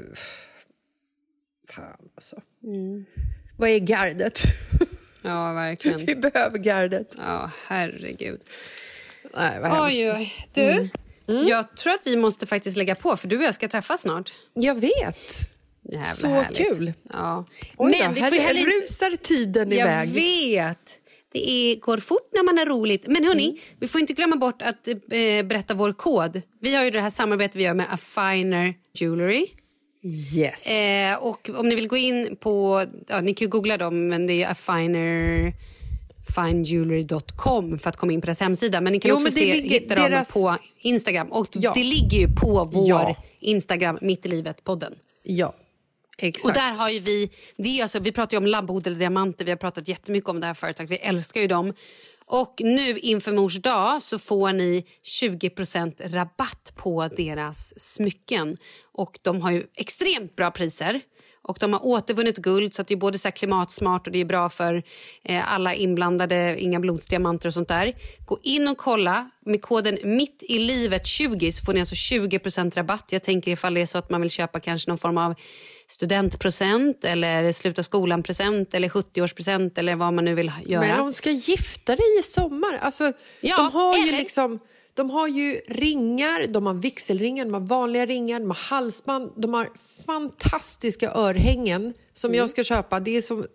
[SPEAKER 8] fan alltså. Mm. Vad är gardet?
[SPEAKER 7] Ja, verkligen.
[SPEAKER 8] Vi behöver gardet.
[SPEAKER 7] Ja, herregud.
[SPEAKER 8] Nej, vad hemskt.
[SPEAKER 7] Oj, oj. Du, mm. Mm. jag tror att vi måste faktiskt lägga på, för du och jag ska träffas snart.
[SPEAKER 8] Jag vet.
[SPEAKER 7] Jävla
[SPEAKER 8] så
[SPEAKER 7] härligt.
[SPEAKER 8] Kul.
[SPEAKER 7] Ja.
[SPEAKER 8] Oj då, men vi får här heller... rusar tiden
[SPEAKER 7] jag
[SPEAKER 8] iväg.
[SPEAKER 7] Jag vet. Det är, går fort när man har roligt. Men hörni, mm. vi får inte glömma bort att eh, berätta vår kod. Vi har ju det här samarbetet vi gör med Affiner Jewelry.
[SPEAKER 8] Yes.
[SPEAKER 7] Eh, och om ni vill gå in på, ja, ni kan ju googla dem, men det är affiner fine jewelry dot com för att komma in på deras hemsida. Men ni kan jo, också se, hitta deras... dem på Instagram. Och ja. det ligger ju på vår ja. Instagram, Mitt i livet-podden.
[SPEAKER 8] Ja, exakt.
[SPEAKER 7] Och där har ju vi, det är alltså, vi pratar ju om labbodlade diamanter, vi har pratat jättemycket om det här företaget, vi älskar ju dem. Och nu inför mors dag så får ni tjugo procent rabatt på deras smycken. Och de har ju extremt bra priser. Och de har återvunnit guld, så att det är både så här klimatsmart och det är bra för eh, alla inblandade, inga blodsdiamanter och sånt där. Gå in och kolla med koden mitt i livet tjugo så får ni alltså tjugo procent rabatt. Jag tänker ifall det är så att man vill köpa kanske någon form av studentpresent eller sluta skolan-present eller sjuttioårspresent eller vad man nu vill göra.
[SPEAKER 8] Men de ska gifta dig i sommar. Alltså,
[SPEAKER 7] ja,
[SPEAKER 8] de har
[SPEAKER 7] eller...
[SPEAKER 8] ju liksom... De har ju ringar, de har vigselringar, de har vanliga ringar, de har halsband, de har fantastiska örhängen som mm. jag ska köpa. Det är som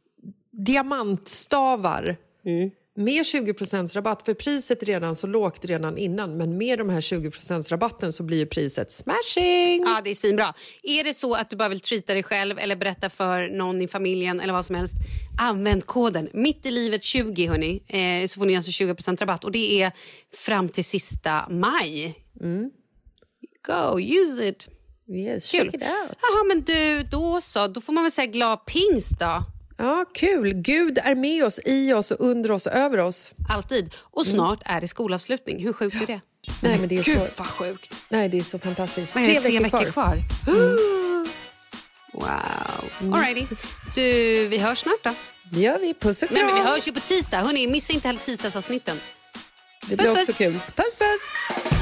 [SPEAKER 8] diamantstavar mm. med tjugo procent rabatt. För priset är redan så lågt redan innan, men med de här tjugo procent rabatten så blir priset smashing.
[SPEAKER 7] Ja, det är svinbra. Är det så att du bara vill treata dig själv eller berätta för någon i familjen eller vad som helst, använd koden mitt i livet tjugo, hörni, eh, så får ni alltså tjugo procent rabatt. Och det är fram till sista maj.
[SPEAKER 8] Mm.
[SPEAKER 7] Go, use it.
[SPEAKER 8] Yes,
[SPEAKER 7] kul.
[SPEAKER 8] Check it out.
[SPEAKER 7] Jaha, men du, då så. Då får man väl säga glad pingst då.
[SPEAKER 8] Ja, kul. Gud är med oss, i oss och under oss och över oss.
[SPEAKER 7] Alltid. Och snart mm. är det skolavslutning. Hur sjukt är det?
[SPEAKER 8] Nej, men det är
[SPEAKER 7] Gud,
[SPEAKER 8] så...
[SPEAKER 7] vad sjukt.
[SPEAKER 8] Nej, det är så fantastiskt.
[SPEAKER 7] Vad är det, tre, tre veckor, veckor kvar? kvar? Mm. Wow. Mm. All righty. Du, vi hörs snart då.
[SPEAKER 8] Det gör vi. Puss och kram.
[SPEAKER 7] Nej, men vi hörs ju på tisdag. Hörrni, missa inte heller tisdagsavsnitten.
[SPEAKER 8] Det blir puss, också puss. Kul. Puss, puss.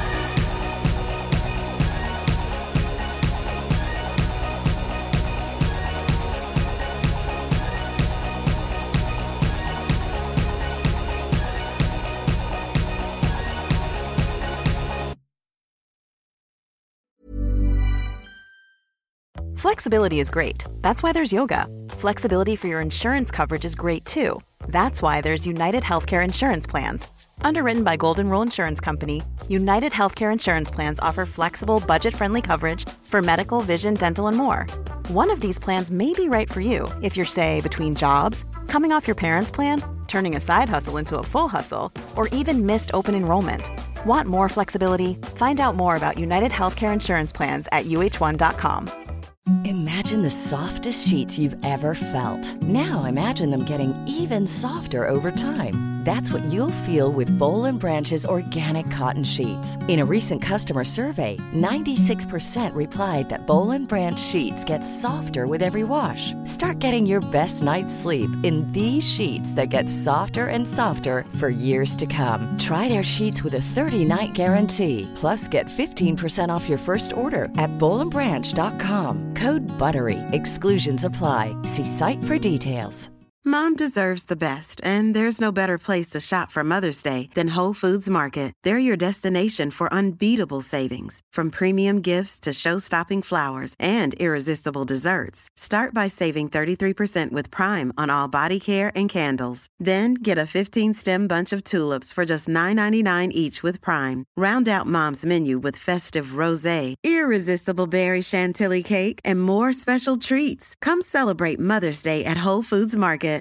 [SPEAKER 10] Flexibility is great. That's why there's yoga. Flexibility for your insurance coverage is great too. That's why there's United Healthcare Insurance Plans. Underwritten by Golden Rule Insurance Company, United Healthcare Insurance Plans offer flexible, budget-friendly coverage for medical, vision, dental, and more. One of these plans may be right for you if you're, say, between jobs, coming off your parents' plan, turning a side hustle into a full hustle, or even missed open enrollment. Want more flexibility? Find out more about United Healthcare Insurance Plans at U H one dot com.
[SPEAKER 11] Imagine the softest sheets you've ever felt. Now imagine them getting even softer over time. That's what you'll feel with Boll and Branch's organic cotton sheets. In a recent customer survey, ninety-six percent replied that Boll and Branch sheets get softer with every wash. Start getting your best night's sleep in these sheets that get softer and softer for years to come. Try their sheets with a thirty-night guarantee. Plus, get fifteen percent off your first order at boll and branch dot com. Code BUTTERY. Exclusions apply. See site for details.
[SPEAKER 12] Mom deserves the best, and there's no better place to shop for Mother's Day than Whole Foods Market. They're your destination for unbeatable savings, from premium gifts to show-stopping flowers and irresistible desserts. Start by saving thirty-three percent with Prime on all body care and candles. Then get a fifteen-stem bunch of tulips for just nine ninety-nine each with Prime. Round out Mom's menu with festive rosé, irresistible berry chantilly cake, and more special treats. Come celebrate Mother's Day at Whole Foods Market.